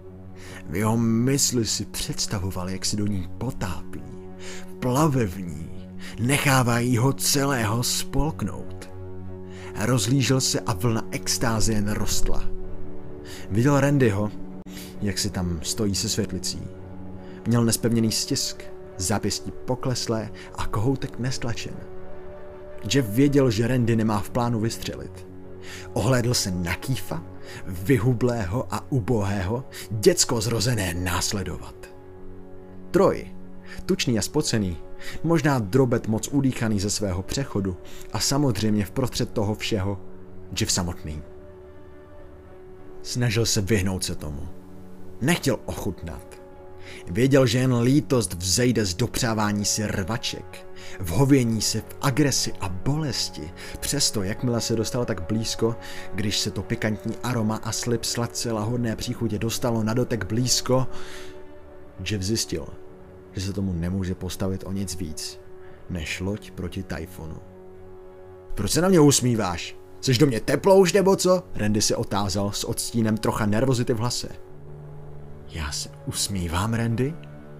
V jeho mysli si představoval, jak si do ní potápí, plave v ní, nechávají ho celého spolknout. Rozhlížel se a vlna extáze jen rostla. Viděl Randyho, jak si tam stojí se světlicí. Měl nespevněný stisk, zápěstí pokleslé a kohoutek nestlačen. Jeff věděl, že Randy nemá v plánu vystřelit. Ohlédl se na Keitha, vyhublého a ubohého, děcko zrozené následovat. Troy, tučný a spocený, možná drobet moc udýchaný ze svého přechodu a samozřejmě vprostřed toho všeho Jeff samotný. Snažil se vyhnout se tomu. Nechtěl ochutnat. Věděl, že jen lítost vzejde z dopřávání si rvaček, v hovění si v agresi a bolesti. Přesto, jakmile se dostal tak blízko, když se to pikantní aroma a slib sladce lahodné příchutě dostalo na dotek blízko, Jeff zjistil, že se tomu nemůže postavit o nic víc, než loď proti tajfunu. Proč se na mě usmíváš? Jseš do mě teplo už nebo co? Randy se otázal s odstínem trocha nervozity v hlase. Já se usmívám, Randy?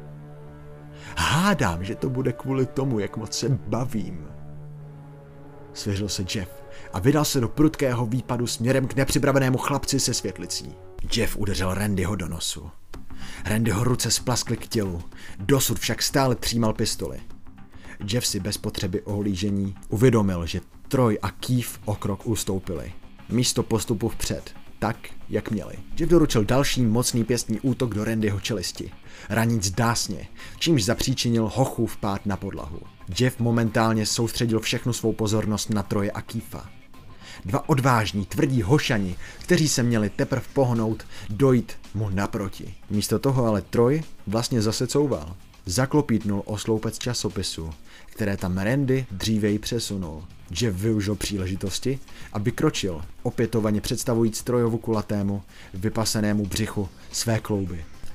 Hádám, že to bude kvůli tomu, jak moc se bavím. Svěřil se Jeff a vydal se do prudkého výpadu směrem k nepřipravenému chlapci se světlicí. Jeff udeřil Randyho do nosu. Randyho ruce splaskly k tělu, dosud však stále třímal pistoli. Jeff si bez potřeby ohlížení uvědomil, že Troy a Keith o krok ustoupili. Místo postupu vpřed, tak, jak měli. Jeff doručil další mocný pěstní útok do Randyho čelisti. Raníc dásně, čímž zapříčinil Hochův pád na podlahu. Jeff momentálně soustředil všechnu svou pozornost na Troje a Keitha. Dva odvážní, tvrdí hošani, kteří se měli teprve pohnout, dojít mu naproti. Místo toho ale Troy vlastně zase couval. Zaklopítnul o sloupec časopisu, které tam Randy dříveji přesunul. Jeff využil příležitosti a vykročil, opětovaně představujíc Troyovu kulatému, vypasenému břichu své klouby.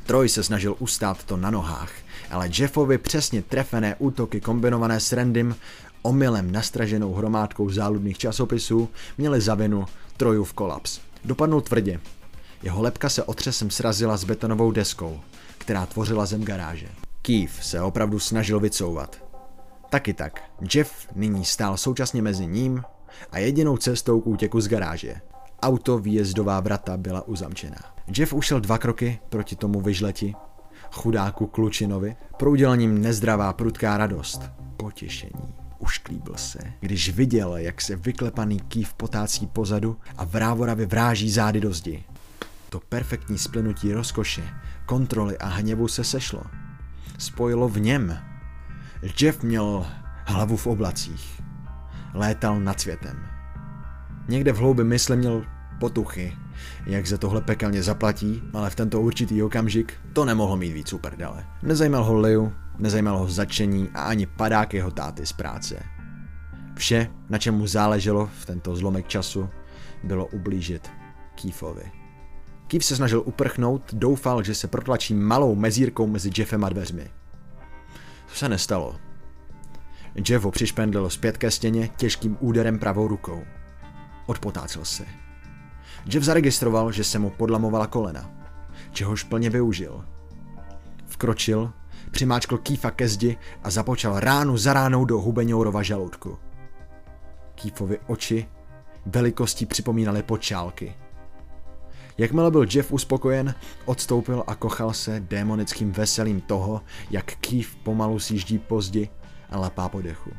Troy se snažil ustát to na nohách, ale Jeffovi přesně trefené útoky kombinované s Randym omylem nastraženou hromádkou záludných časopisů měly za vinu Troyův kolaps. Dopadnul tvrdě. Jeho lebka se otřesem srazila s betonovou deskou, která tvořila zem garáže. Keith se opravdu snažil vycouvat. Taky tak, Jeff nyní stál současně mezi ním a jedinou cestou k útěku z garáže. Auto výjezdová vrata byla uzamčená. Jeff ušel dva kroky proti tomu vyžleti, chudáku klučinovi, proudila ním nezdravá prudká radost, potěšení. Ušklíbil se, když viděl, jak se vyklepaný Keith potácí pozadu a vrávoravě vráží zády do zdi. To perfektní splynutí rozkoše, kontroly a hněvu se sešlo. Spojilo v něm. Jeff měl hlavu v oblacích. Létal nad světem. Někde v hloubi mysli měl potuchy, jak za tohle pekelně zaplatí, ale v tento určitý okamžik to nemohlo mít víc uprdele. Nezajímal ho Liu, nezajímal ho začení a ani padák jeho táty z práce. Vše, na čem mu záleželo v tento zlomek času, bylo ublížit Keithovi. Keith se snažil uprchnout, doufal, že se protlačí malou mezírkou mezi Jeffem a dveřmi. To se nestalo. Jeff ho přišpendlil zpět ke stěně těžkým úderem pravou rukou. Odpotácel se. Jeff zaregistroval, že se mu podlamovala kolena, čehož plně využil. Vkročil, přimáčkl Keitha ke zdi a započal ránu za ránou do hubeňourova žaludku. Keithovi oči velikostí připomínaly počálky. Jakmile byl Jeff uspokojen, odstoupil a kochal se démonickým veselím toho, jak Keith pomalu sjíždí po zdi a lapá po dechu.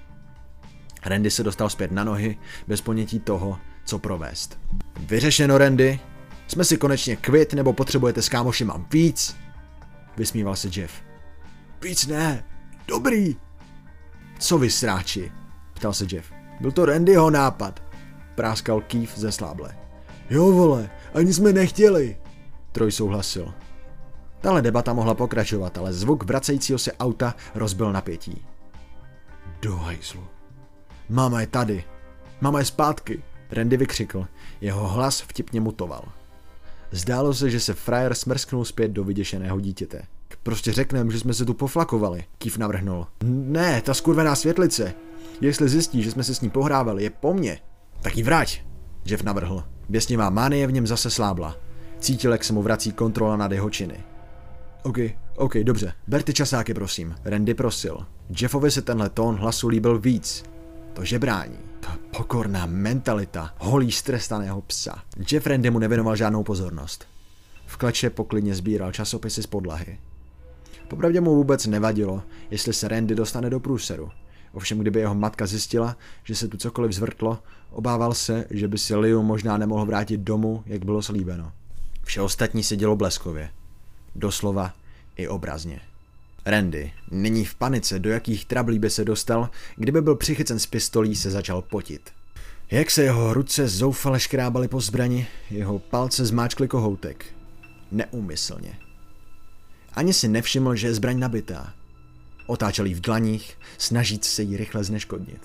Randy se dostal zpět na nohy, bez ponětí toho, co provést. Vyřešeno, Randy. Jsme si konečně kvit, nebo potřebujete s kámošima víc? Vysmíval se Jeff. Víc ne. Dobrý. Co vy sráči? Ptal se Jeff. Byl to Randyho nápad. Práskal Keith ze sláble. Jo vole, ani jsme nechtěli. Troy souhlasil. Tahle debata mohla pokračovat, ale zvuk vracejícího se auta rozbil napětí. Do hajzlu. Máma je tady. Máma je zpátky. Randy vykřikl. Jeho hlas vtipně mutoval. Zdálo se, že se frajer smrsknul zpět do vyděšeného dítěte. Prostě řeknem, že jsme se tu poflakovali. Keith navrhnul. Ne, ta skurvená světlice. Jestli zjistí, že jsme se s ní pohrávali, je po mně. Tak ji vrať. Jeff navrhl. Běsnivá mánie v něm zase slábla. Cítil, jak se mu vrací kontrola nad jeho činy. OK, OK, dobře. Ber ty časáky, prosím. Randy prosil. Jeffovi se tenhle tón hlasu líbil víc. To žebrání. Ta pokorná mentalita holí strestaného psa. Jeff Randy mu nevěnoval žádnou pozornost. V kleče poklidně sbíral časopisy z podlahy. Popravdě mu vůbec nevadilo, jestli se Randy dostane do průseru. Ovšem, kdyby jeho matka zjistila, že se tu cokoliv zvrtlo, obával se, že by si Liu možná nemohl vrátit domů, jak bylo slíbeno. Vše ostatní se dělo bleskově. Doslova i obrazně. Randy, nyní v panice, do jakých trablí by se dostal, kdyby byl přichycen s pistolí, se začal potit. Jak se jeho ruce zoufale škrábaly po zbrani, jeho palce zmáčkly kohoutek. Neúmyslně. Ani si nevšiml, že je zbraň nabitá. Otáčel jí v dlaních, snažíc se jí rychle zneškodnit.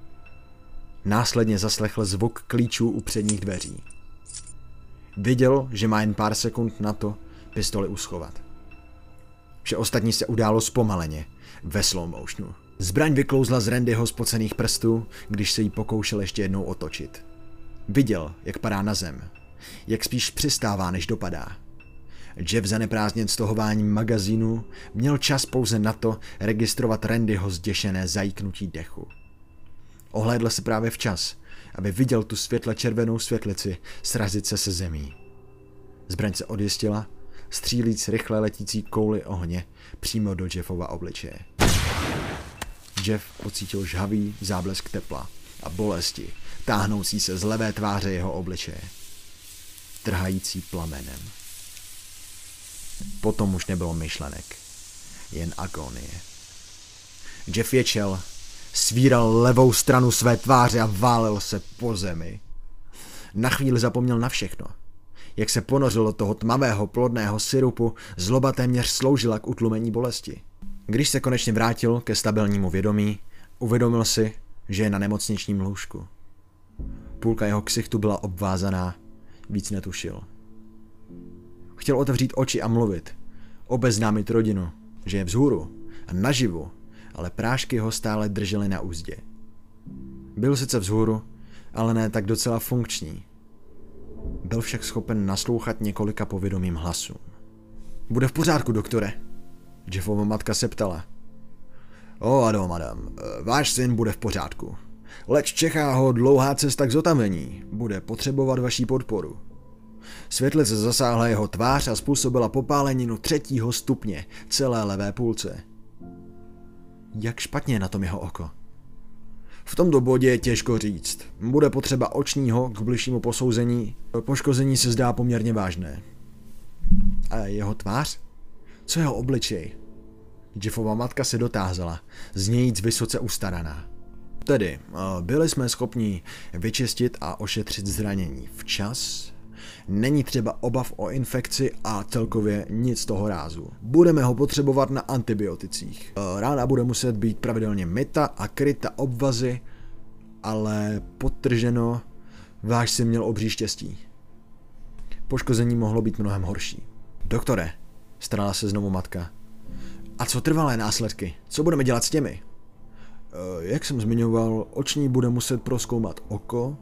Následně zaslechl zvuk klíčů u předních dveří. Viděl, že má jen pár sekund na to pistoli uschovat. Vše ostatní se událo zpomaleně, ve slow motionu. Zbraň vyklouzla z Randyho spocených prstů, když se jí pokoušel ještě jednou otočit. Viděl, jak padá na zem, jak spíš přistává, než dopadá. Jeff zaneprázdněn stohováním magazínu měl čas pouze na to registrovat Randyho zděšené zajíknutí dechu. Ohlédl se právě včas, aby viděl tu světle červenou světlici srazit se se zemí. Zbraň se odjistila, střílíc rychle letící kouli ohně přímo do Jeffova obličeje. Jeff pocítil žhavý záblesk tepla a bolesti, táhnoucí se z levé tváře jeho obličeje, trhající plamenem. Potom už nebylo myšlenek, jen agonie. Jeff ječel, svíral levou stranu své tváře a válel se po zemi. Na chvíli zapomněl na všechno. Jak se ponořil do toho tmavého plodného syrupu, zloba téměř sloužila k utlumení bolesti. Když se konečně vrátil ke stabilnímu vědomí, uvědomil si, že je na nemocničním lůžku. Půlka jeho ksichtu byla obvázaná, víc netušil. Chtěl otevřít oči a mluvit, obeznámit rodinu, že je vzhůru a naživu, ale prášky ho stále držely na úzdě. Byl sice vzhůru, ale ne tak docela funkční. Byl však schopen naslouchat několika povědomým hlasům. Bude v pořádku, doktore? Jeffova matka se ptala. O, ano, madam, váš syn bude v pořádku. Leč čeká ho dlouhá cesta k zotavení. Bude potřebovat vaší podporu. Světlice zasáhla jeho tvář a způsobila popáleninu třetího stupně celé levé půlce. Jak špatně je na tom jeho oko? V tomto bodě je těžko říct. Bude potřeba očního k bližšímu posouzení. Poškození se zdá poměrně vážné. A jeho tvář? Co jeho obličej? Jeffova matka se dotázala, znějíc vysoce ustaraná. Tedy, byli jsme schopni vyčistit a ošetřit zranění včas. Není třeba obav o infekci a celkově nic z toho rázu. Budeme ho potřebovat na antibioticích. Rána bude muset být pravidelně myta a kryta obvazy, ale podtrženo, váš syn měl obří štěstí. Poškození mohlo být mnohem horší. Doktore, starala se znovu matka. A co trvalé následky? Co budeme dělat s těmi? Jak jsem zmiňoval, oční bude muset prozkoumat oko.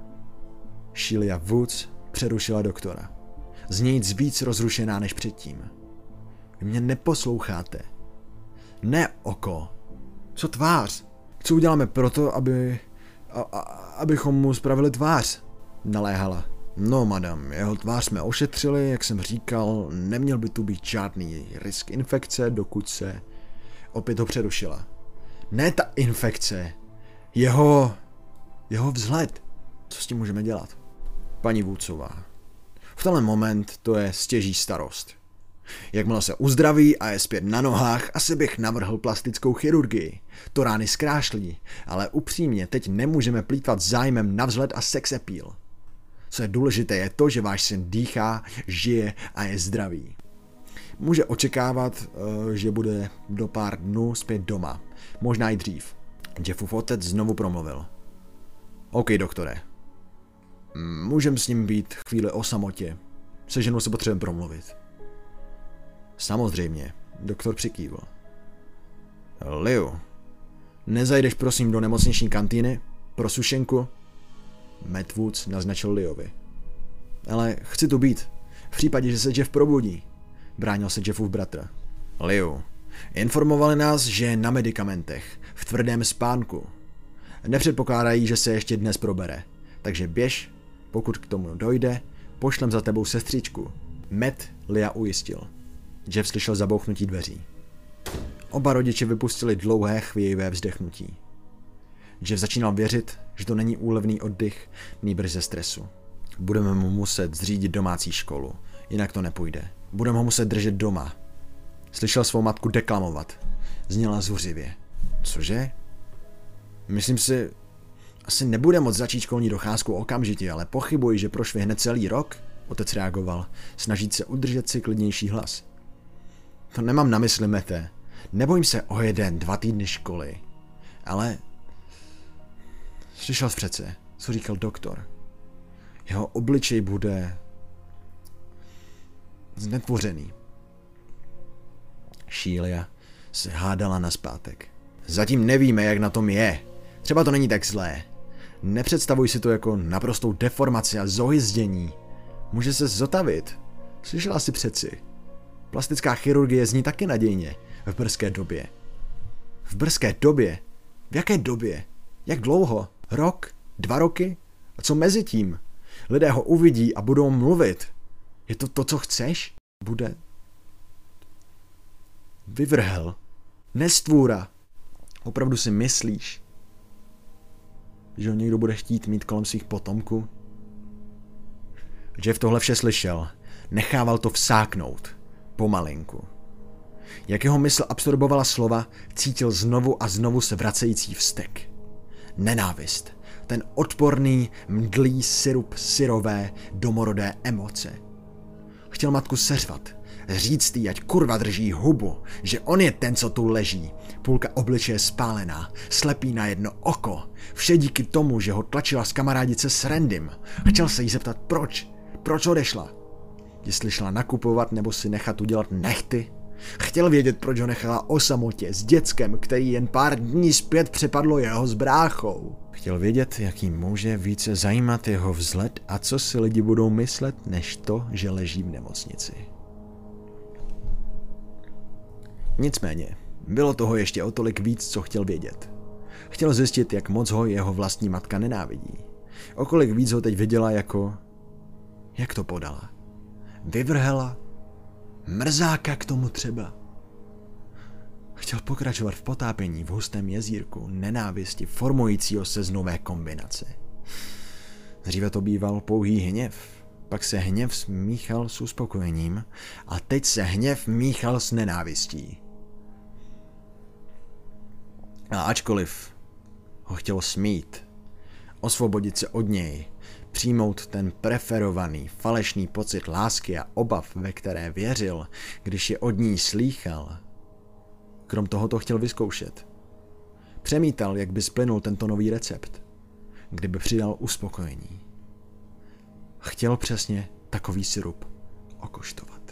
Sheila Woods přerušila doktora. Znějíc víc rozrušená než předtím. Vy mě neposloucháte. Ne oko. Co tvář? Co uděláme proto, aby... A, a, abychom mu spravili tvář? Naléhala. No, madam, jeho tvář jsme ošetřili, jak jsem říkal, neměl by tu být žádný risk infekce, dokud se... Opět ho přerušila. Ne ta infekce. Jeho... Jeho vzhled. Co s tím můžeme dělat? Paní Woodsová. V tenhle moment to je stěží starost. Jakmile se uzdraví a je zpět na nohách, asi bych navrhl plastickou chirurgii. To rány zkrášlí, ale upřímně teď nemůžeme plýtvat zájmem na vzhled a sex appeal. Co je důležité je to, že váš syn dýchá, žije a je zdravý. Může očekávat, že bude do pár dnů zpět doma. Možná i dřív. Jeffův otec znovu promluvil. OK, doktore. Můžem s ním být chvíli o samotě. Se ženou se potřebujeme promluvit. Samozřejmě, doktor přikývl. Leo, nezajdeš prosím do nemocniční kantýny? Pro sušenku? Matt Woods naznačil Leovi. Ale chci tu být. V případě, že se Jeff probudí. Bránil se Jeffův bratr. Leo, informovali nás, že je na medikamentech, v tvrdém spánku. Nepředpokládají, že se ještě dnes probere. Takže běž, pokud k tomu dojde, pošlem za tebou sestřičku. Matt Lea ujistil. Jeff slyšel zabouchnutí dveří. Oba rodiče vypustili dlouhé chvějivé vzdechnutí. Jeff začínal věřit, že to není úlevný oddych, nýbrž ze stresu. Budeme mu muset zřídit domácí školu, jinak to nepůjde. Budeme ho muset držet doma. Slyšel svou matku deklamovat. Zněla zuřivě. Cože? Myslím si, asi nebude moc začít školní docházku okamžitě, ale pochybuji, že prošvihne celý rok, otec reagoval, snažit se udržet si klidnější hlas. To nemám na mysli, Mete. Nebojím se o jeden, dva týdny školy. Ale... Slyšel jsi přece, co říkal doktor. Jeho obličej bude... znetvořený. Sheila se hádala nazpátek. Zatím nevíme, jak na tom je. Třeba to není tak zlé. Nepředstavuj si to jako naprostou deformaci a zohyzdění. Může se zotavit. Slyšela jsi přeci. Plastická chirurgie zní taky nadějně. V brzké době. V brzké době? V jaké době? Jak dlouho? Rok? Dva roky? A co mezi tím? Lidé ho uvidí a budou mluvit. Je to to, co chceš? Bude... Vyvrhel. Nestvůra. Opravdu si myslíš, že ho někdo bude chtít mít kolem svých potomků? Jeff tohle vše slyšel. Nechával to vsáknout. Pomalinku. Jak jeho mysl absorbovala slova, cítil znovu a znovu se vracející vztek. Nenávist. Ten odporný, mdlý syrup syrové, domorodé emoce. Chtěl matku seřvat. Říct jí, ať kurva drží hubu, že on je ten, co tu leží. Půlka obličeje spálená, slepý na jedno oko. Vše díky tomu, že ho tlačila s kamarádice s Randym. Chtěl se jí zeptat proč. Proč odešla? jestli šla nakupovat nebo si nechat udělat nehty. Chtěl vědět, proč ho nechala o samotě s děckem, který jen pár dní zpět přepadlo jeho s bráchou. Chtěl vědět, jaký může více zajímat jeho vzhled a co si lidi budou myslet, než to, že leží v nemocnici. Nicméně, bylo toho ještě o tolik víc, co chtěl vědět. Chtěl zjistit, jak moc ho jeho vlastní matka nenávidí. O kolik víc ho teď viděla jako... Jak to podala? Vyvrhela? Mrzáka k tomu třeba? Chtěl pokračovat v potápění v hustém jezírku nenávisti formujícího se z nové kombinace. Dříve to býval pouhý hněv, pak se hněv smíchal s uspokojením a teď se hněv míchal s nenávistí. A ačkoliv ho chtěl smít, osvobodit se od něj, přijmout ten preferovaný, falešný pocit lásky a obav, ve které věřil, když je od ní slýchal. Krom toho to chtěl vyzkoušet. Přemítal, jak by splynul tento nový recept, kdyby přidal uspokojení. Chtěl přesně takový sirup okoštovat.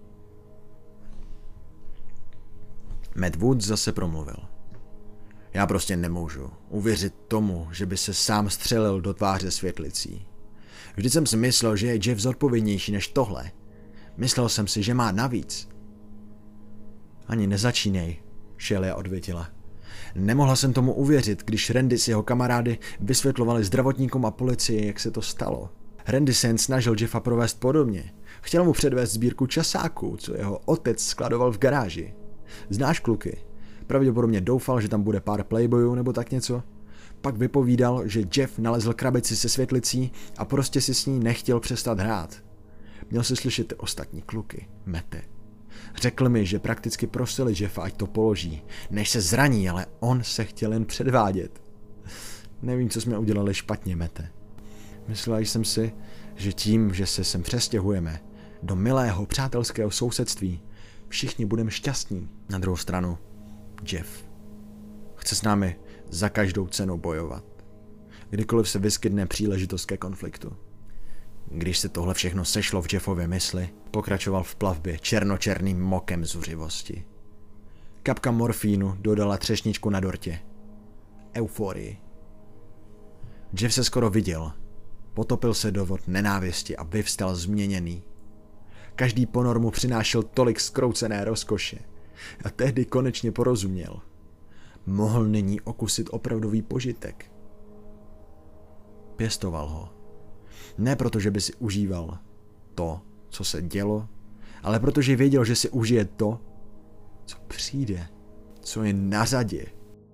Matt Woods zase promluvil. Já prostě nemůžu uvěřit tomu, že by se sám střelil do tváře světlicí. Vždy jsem si myslel, že je Jeff zodpovědnější než tohle. Myslel jsem si, že má navíc. Ani nezačínej, Shelley odvětila. Nemohla jsem tomu uvěřit, když Randy s jeho kamarády vysvětlovali zdravotníkům a policii, jak se to stalo. Randy se jen snažil Jeffa provést podobně. Chtěl mu předvést sbírku časáků, co jeho otec skladoval v garáži. Znáš kluky? Pravděpodobně doufal, že tam bude pár playboyů nebo tak něco. Pak vypovídal, že Jeff nalezl krabici se světlicí a prostě si s ní nechtěl přestat hrát. Měl si slyšet ty ostatní kluky, Mete. Řekl mi, že prakticky prosili Jeffa, ať to položí, než se zraní, ale on se chtěl jen předvádět. Nevím, co jsme udělali špatně, Mete. Myslela jsem si, že tím, že se sem přestěhujeme do milého přátelského sousedství, všichni budeme šťastní. Na druhou stranu, Jeff chce s námi za každou cenu bojovat. Kdykoliv se vyskytne příležitost ke konfliktu. Když se tohle všechno sešlo v Jeffově mysli, pokračoval v plavbě černočerným mokem zuřivosti. Kapka morfínu dodala třešničku na dortě. Euforii. Jeff se skoro viděl. Potopil se do vod nenávisti a vyvstal změněný. Každý ponor mu přinášel tolik zkroucené rozkoše. A tehdy konečně porozuměl. Mohl nyní okusit opravdový požitek. Pěstoval ho. Ne proto, že by si užíval to, co se dělo, ale protože věděl, že si užije to, co přijde, co je na řadě.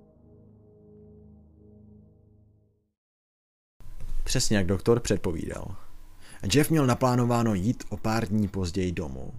Přesně jak doktor předpovídal. Jeff měl naplánováno jít o pár dní později domů.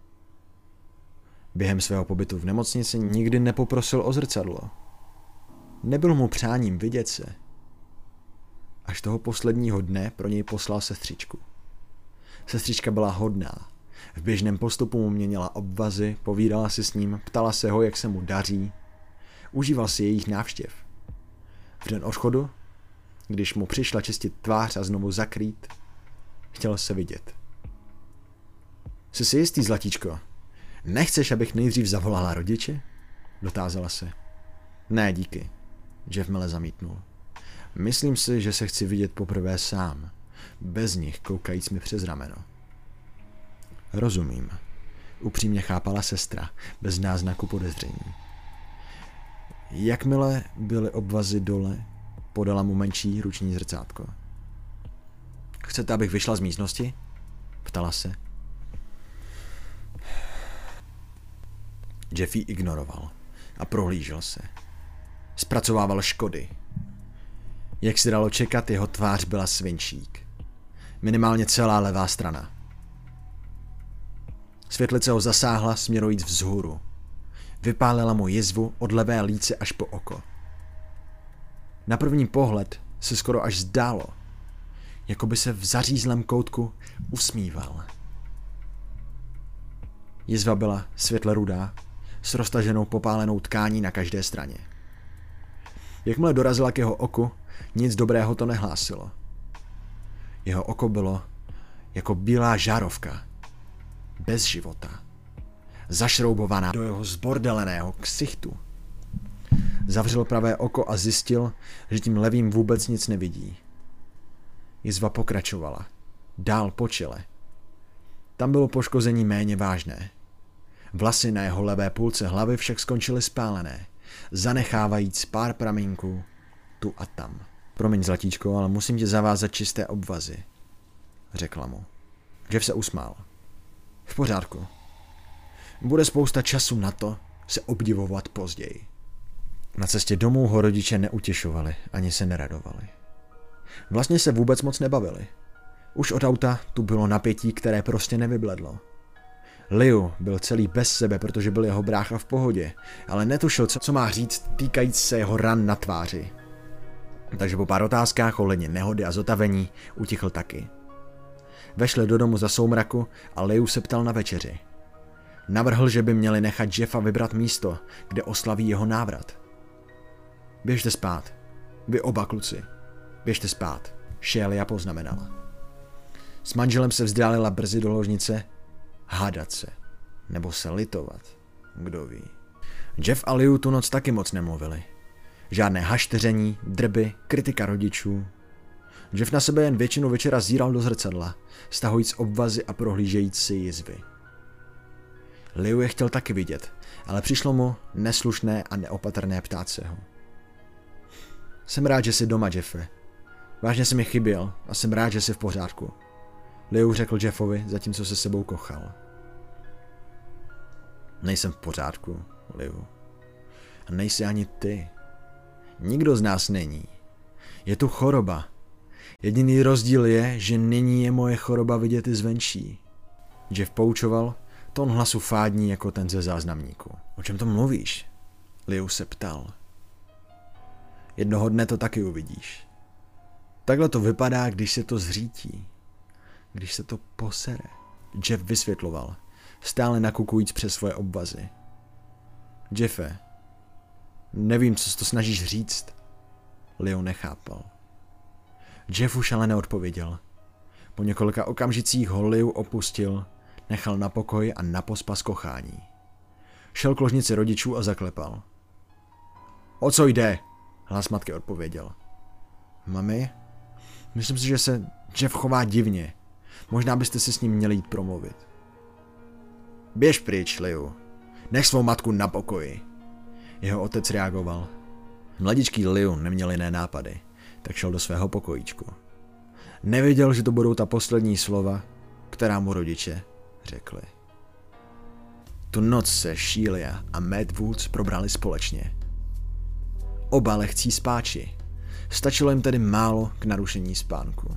Během svého pobytu v nemocnici nikdy nepoprosil o zrcadlo. Nebyl mu přáním vidět se. Až toho posledního dne pro něj poslal sestřičku. Sestřička byla hodná. V běžném postupu mu měnila obvazy, povídala si s ním, ptala se ho, jak se mu daří. Užíval si jejich návštěv. V den odchodu, když mu přišla čistit tvář a znovu zakrýt, chtěl se vidět. Jsi si jistý, zlatíčko? Nechceš, abych nejdřív zavolala rodiče? Dotázala se. Ne, díky. Jeff mele zamítnul. Myslím si, že se chci vidět poprvé sám, bez nich koukajíc mi přes rameno. Rozumím. Upřímně chápala sestra, bez náznaku podezření. Jakmile byly obvazy dole, podala mu menší ruční zrcátko. Chcete, abych vyšla z místnosti? Ptala se. Jeff ji ignoroval a prohlížel se. Zpracovával škody. Jak si dalo čekat, jeho tvář byla svinčík. Minimálně celá levá strana. Světlice ho zasáhla směrujíc vzhůru. Vypálila mu jizvu od levé líce až po oko. Na první pohled se skoro až zdálo, jako by se v zařízlém koutku usmíval. Jizva byla světle rudá, s roztaženou popálenou tkání na každé straně. Jakmile dorazila k jeho oku, nic dobrého to nehlásilo. Jeho oko bylo jako bílá žárovka, bez života. Zašroubovaná do jeho zbordeleného ksichtu. Zavřel pravé oko a zjistil, že tím levým vůbec nic nevidí. Jizva pokračovala. Dál po čele. Tam bylo poškození méně vážné. Vlasy na jeho levé půlce hlavy však skončily spálené, zanechávajíc pár pramínků tu a tam. Promiň, zlatíčko, ale musím tě zavázat čisté obvazy, řekla mu. Jeff se usmál. V pořádku. Bude spousta času na to se obdivovat později. Na cestě domů ho rodiče neutěšovali, ani se neradovali. Vlastně se vůbec moc nebavili. Už od auta tu bylo napětí, které prostě nevybledlo. Liu byl celý bez sebe, protože byl jeho brácha v pohodě, ale netušil, co má říct týkajíc se jeho ran na tváři. Takže po pár otázkách ohledně nehody a zotavení utichl taky. Vešli do domu za soumraku a Liu se ptal na večeři. Navrhl, že by měli nechat Jeffa vybrat místo, kde oslaví jeho návrat. Běžte spát. Vy oba kluci. Běžte spát. Shelia poznamenala. S manželem se vzdálila brzy do ložnice. Hádat se. Nebo se litovat. Kdo ví. Jeff a Liu tu noc taky moc nemluvili. Žádné hašteření, drby, kritika rodičů. Jeff na sebe jen většinu večera zíral do zrcadla, stahujíc obvazy a prohlížejíc si jizvy. Liu je chtěl taky vidět, ale přišlo mu neslušné a neopatrné ptát se ho. Jsem rád, že jsi doma, Jeffe. Vážně jsi mi chyběl a jsem rád, že jsi v pořádku. Liu řekl Jeffovi, zatímco se sebou kochal. Nejsem v pořádku, Liu. A nejsi ani ty. Nikdo z nás není. Je tu choroba. Jediný rozdíl je, že nyní je moje choroba vidět i zvenčí. Jeff poučoval, tón hlasu fádní jako ten ze záznamníku. O čem to mluvíš? Liu se ptal. Jednoho dne to taky uvidíš. Takhle to vypadá, když se to zřítí. Když se to posere. Jeff vysvětloval, stále nakukujíc přes svoje obvazy. Jeffe, nevím, co to snažíš říct. Liu nechápal. Jeff už ale neodpověděl. Po několika okamžicích ho Liu opustil, nechal na pokoj a na pospas kochání. Šel k ložnici rodičů a zaklepal. O co jde? Hlas matky odpověděl. Mami, myslím si, že se Jeff chová divně. Možná byste si s ním měli jít promluvit. Běž pryč, Liu. Nech svou matku na pokoji. Jeho otec reagoval. Mladičký Liu neměl jiné nápady, tak šel do svého pokojíčku. Nevěděl, že to budou ta poslední slova, která mu rodiče řekli. Tu noc se Shelia a Matt Woods probrali společně. Oba lehcí spáči. Stačilo jim tedy málo k narušení spánku.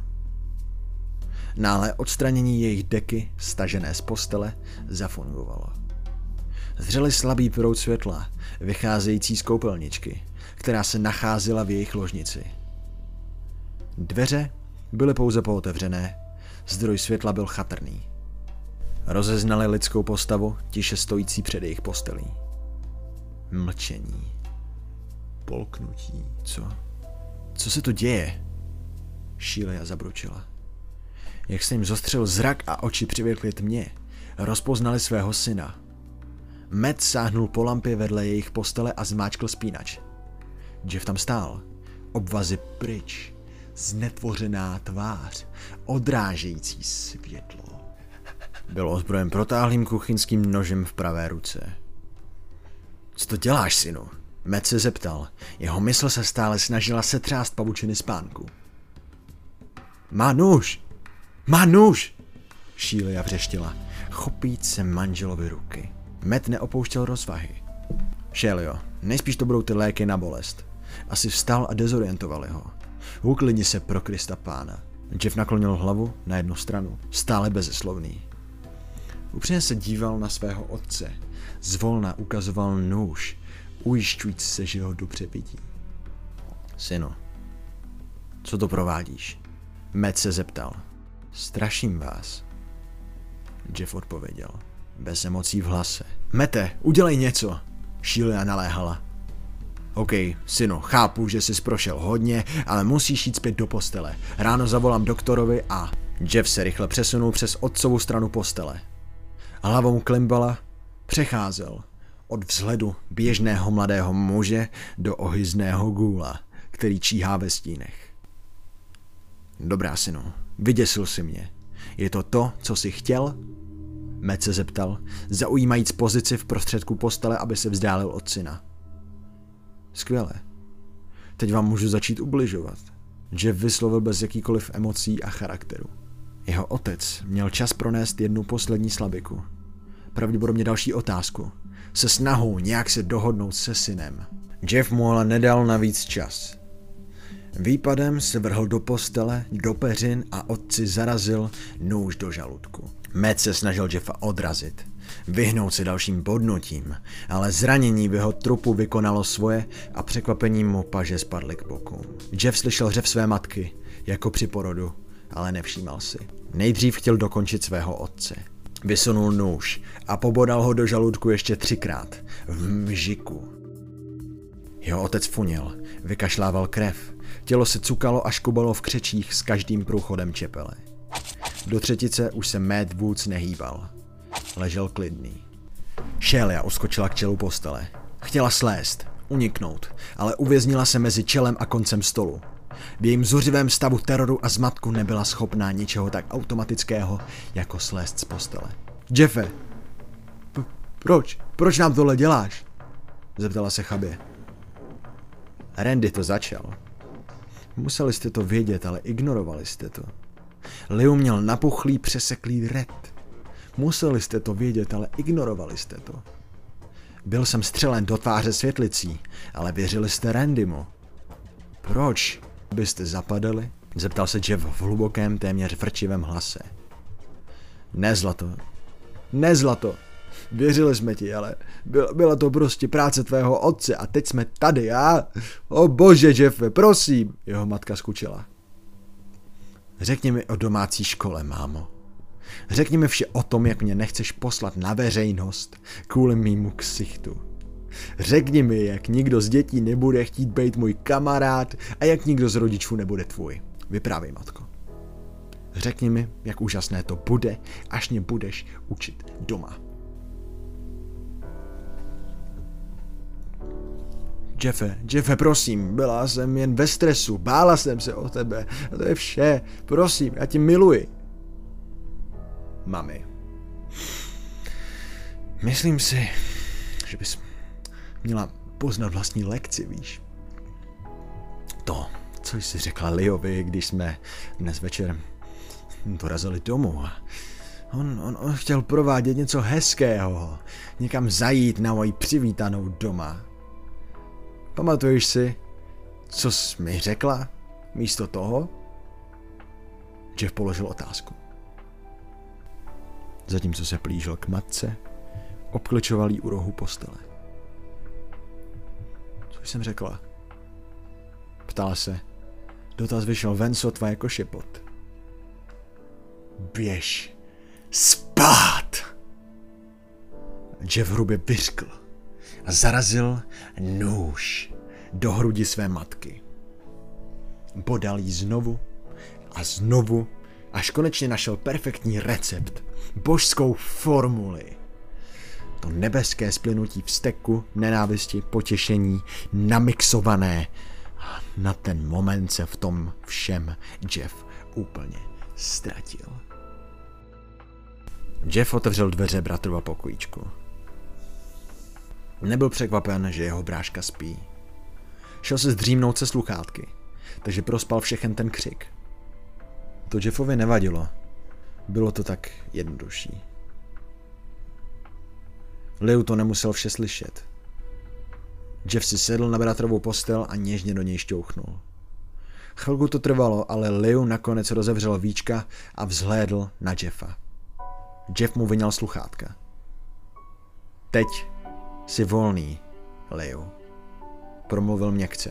Náhle odstranění jejich deky, stažené z postele, zafungovalo. Zřeli slabý proud světla, vycházející z koupelničky, která se nacházela v jejich ložnici. Dveře byly pouze pootevřené, zdroj světla byl chatrný. Rozeznali lidskou postavu, tiše stojící před jejich postelí. Mlčení. Polknutí. Co? Co se to děje? Shelia zabručila. Jak se jim zostřil zrak a oči přivěkly tmě, rozpoznali svého syna. Matt sáhnul po lampě vedle jejich postele a zmáčkl spínač. Jeff tam stál, obvazy pryč, znetvořená tvář, odrážející světlo. Byl ozbrojen protáhlým kuchyňským nožem v pravé ruce. Co to děláš, synu? Matt se zeptal. Jeho mysl se stále snažila setřást pavučiny spánku. Má nůž! Má nůž! Shelia vřeštila, chopíc se manželovi ruky. Matt neopouštěl rozvahy. Shelio, nejspíš to budou ty léky na bolest. Asi vstal a dezorientovali ho. Uklidni se pro Krista pána. Jeff naklonil hlavu na jednu stranu, stále bezeslovný. Upřímně se díval na svého otce. Zvolna ukazoval nůž, ujišťujíc se, že ho dobře vidí. Synu, co to provádíš? Matt se zeptal. Straším vás. Jeff odpověděl, bez emocí v hlase. Mete, udělej něco! Shelia naléhala. OK, synu, chápu, že jsi prošel hodně, ale musíš jít zpět do postele. Ráno zavolám doktorovi a... Jeff se rychle přesunul přes otcovu stranu postele. Hlavou klimbala přecházel od vzhledu běžného mladého muže do ohyzného gůla, který číhá ve stínech. Dobrá, synu, vyděsil si mě. Je to to, co jsi chtěl? Matt se zeptal, zaujímajíc pozici v prostředku postele, aby se vzdálil od syna. Skvěle. Teď vám můžu začít ubližovat. Jeff vyslovil bez jakýkoliv emocí a charakteru. Jeho otec měl čas pronést jednu poslední slabiku. Pravděpodobně další otázku. Se snahou nějak se dohodnout se synem. Jeff mu ale nedal navíc čas. Výpadem se vrhl do postele, do peřin a otci zarazil nůž do žaludku. Matt se snažil Jeffa odrazit, vyhnout se dalším bodnutím, ale zranění v jeho trupu vykonalo svoje a překvapením mu paže spadly k boku. Jeff slyšel řev své matky, jako při porodu, ale nevšímal si. Nejdřív chtěl dokončit svého otce. Vysunul nůž a pobodal ho do žaludku ještě třikrát, v mžiku. Jeho otec funěl, vykašlával krev, tělo se cukalo a škubalo v křečích s každým průchodem čepele. Do třetice už se Matt Woods nehýbal. Ležel klidný. Shelia uskočila k čelu postele. Chtěla slést, uniknout, ale uvěznila se mezi čelem a koncem stolu. V jejím zuřivém stavu teroru a zmatku nebyla schopná ničeho tak automatického, jako slést z postele. Jeffe! P- proč? Proč nám tohle děláš? Zeptala se chabě. Randy to začal. Museli jste to vědět, ale ignorovali jste to. Leo měl napuchlý, přeseklý ret. Museli jste to vědět, ale ignorovali jste to. Byl jsem střelen do tváře světlicí, ale věřili jste Randymu. Proč byste zapadali? Zeptal se Jeff v hlubokém, téměř vrčivém hlase. Ne, zlato. Ne, zlato. Věřili jsme ti, ale byla, byla to prostě práce tvého otce a teď jsme tady, a? O bože, Jeffe, prosím, jeho matka skučila. Řekni mi o domácí škole, mámo. Řekni mi vše o tom, jak mě nechceš poslat na veřejnost kvůli mýmu ksichtu. Řekni mi, jak nikdo z dětí nebude chtít být můj kamarád a jak nikdo z rodičů nebude tvůj. Vyprávěj, matko. Řekni mi, jak úžasné to bude, až mě budeš učit doma. Jeffe, Jeffe, prosím, byla jsem jen ve stresu, bála jsem se o tebe, a to je vše, prosím, já tě miluji. Mami, myslím si, že bys měla poznat vlastní lekci, víš. To, co jsi řekla Leovi, když jsme dnes večer dorazili domů. On, on, on chtěl provádět něco hezkého, někam zajít na moji přivítanou doma. Pamatuješ si, co jsi mi řekla místo toho? Jeff položil otázku. Zatímco se plížil k matce, obkličoval jí u rohu postele. Co jsem řekla? Ptala se. Dotaz vyšel ven sotva jako šepot. Běž spát! Jeff hrubě vyřkl a zarazil nůž do hrudi své matky. Bodal jí znovu a znovu, až konečně našel perfektní recept, božskou formuli. To nebeské splynutí vzteku, nenávisti, potěšení, namixované. A na ten moment se v tom všem Jeff úplně ztratil. Jeff otevřel dveře bratrova pokojíčku. Nebyl překvapen, že jeho bráška spí. Šel se zdřímnout se sluchátky, takže prospal všechen ten křik. To Jeffovi nevadilo. Bylo to tak jednodušší. Leo to nemusel vše slyšet. Jeff si sedl na bratrovou postel a něžně do něj šťouchnul. Chvilku to trvalo, ale Leo nakonec rozevřel víčka a vzhlédl na Jeffa. Jeff mu vyňal sluchátka. Teď jsi volný, Leo, promluvil měkce.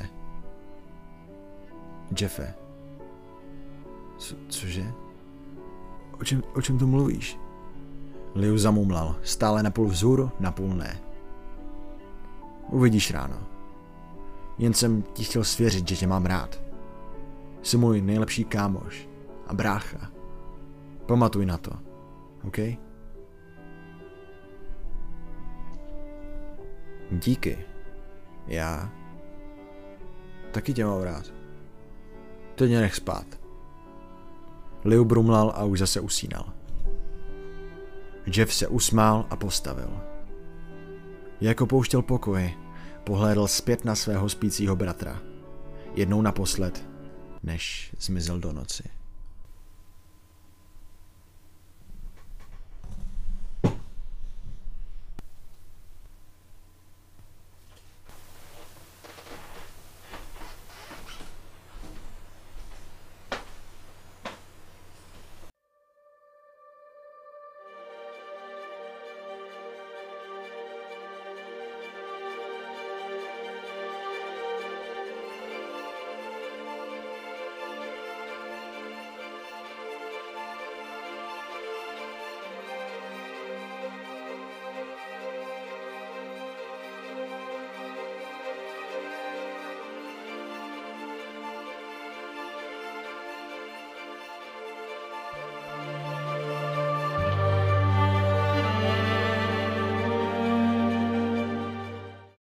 Jeffe. Co, cože? O čem, o čem tu mluvíš? Leo zamumlal, stále napůl vzhůru, napůl ne. Uvidíš ráno. Jen jsem ti chtěl svěřit, že tě mám rád. Jsi můj nejlepší kámoš a brácha. Pamatuj na to, OK? Díky. Já taky tě mám rád. Teď mě nech spát. Liu brumlal a už zase usínal. Jeff se usmál a postavil. Jak opouštěl pokoj, pohlédl zpět na svého spícího bratra. Jednou naposled, než zmizel do noci.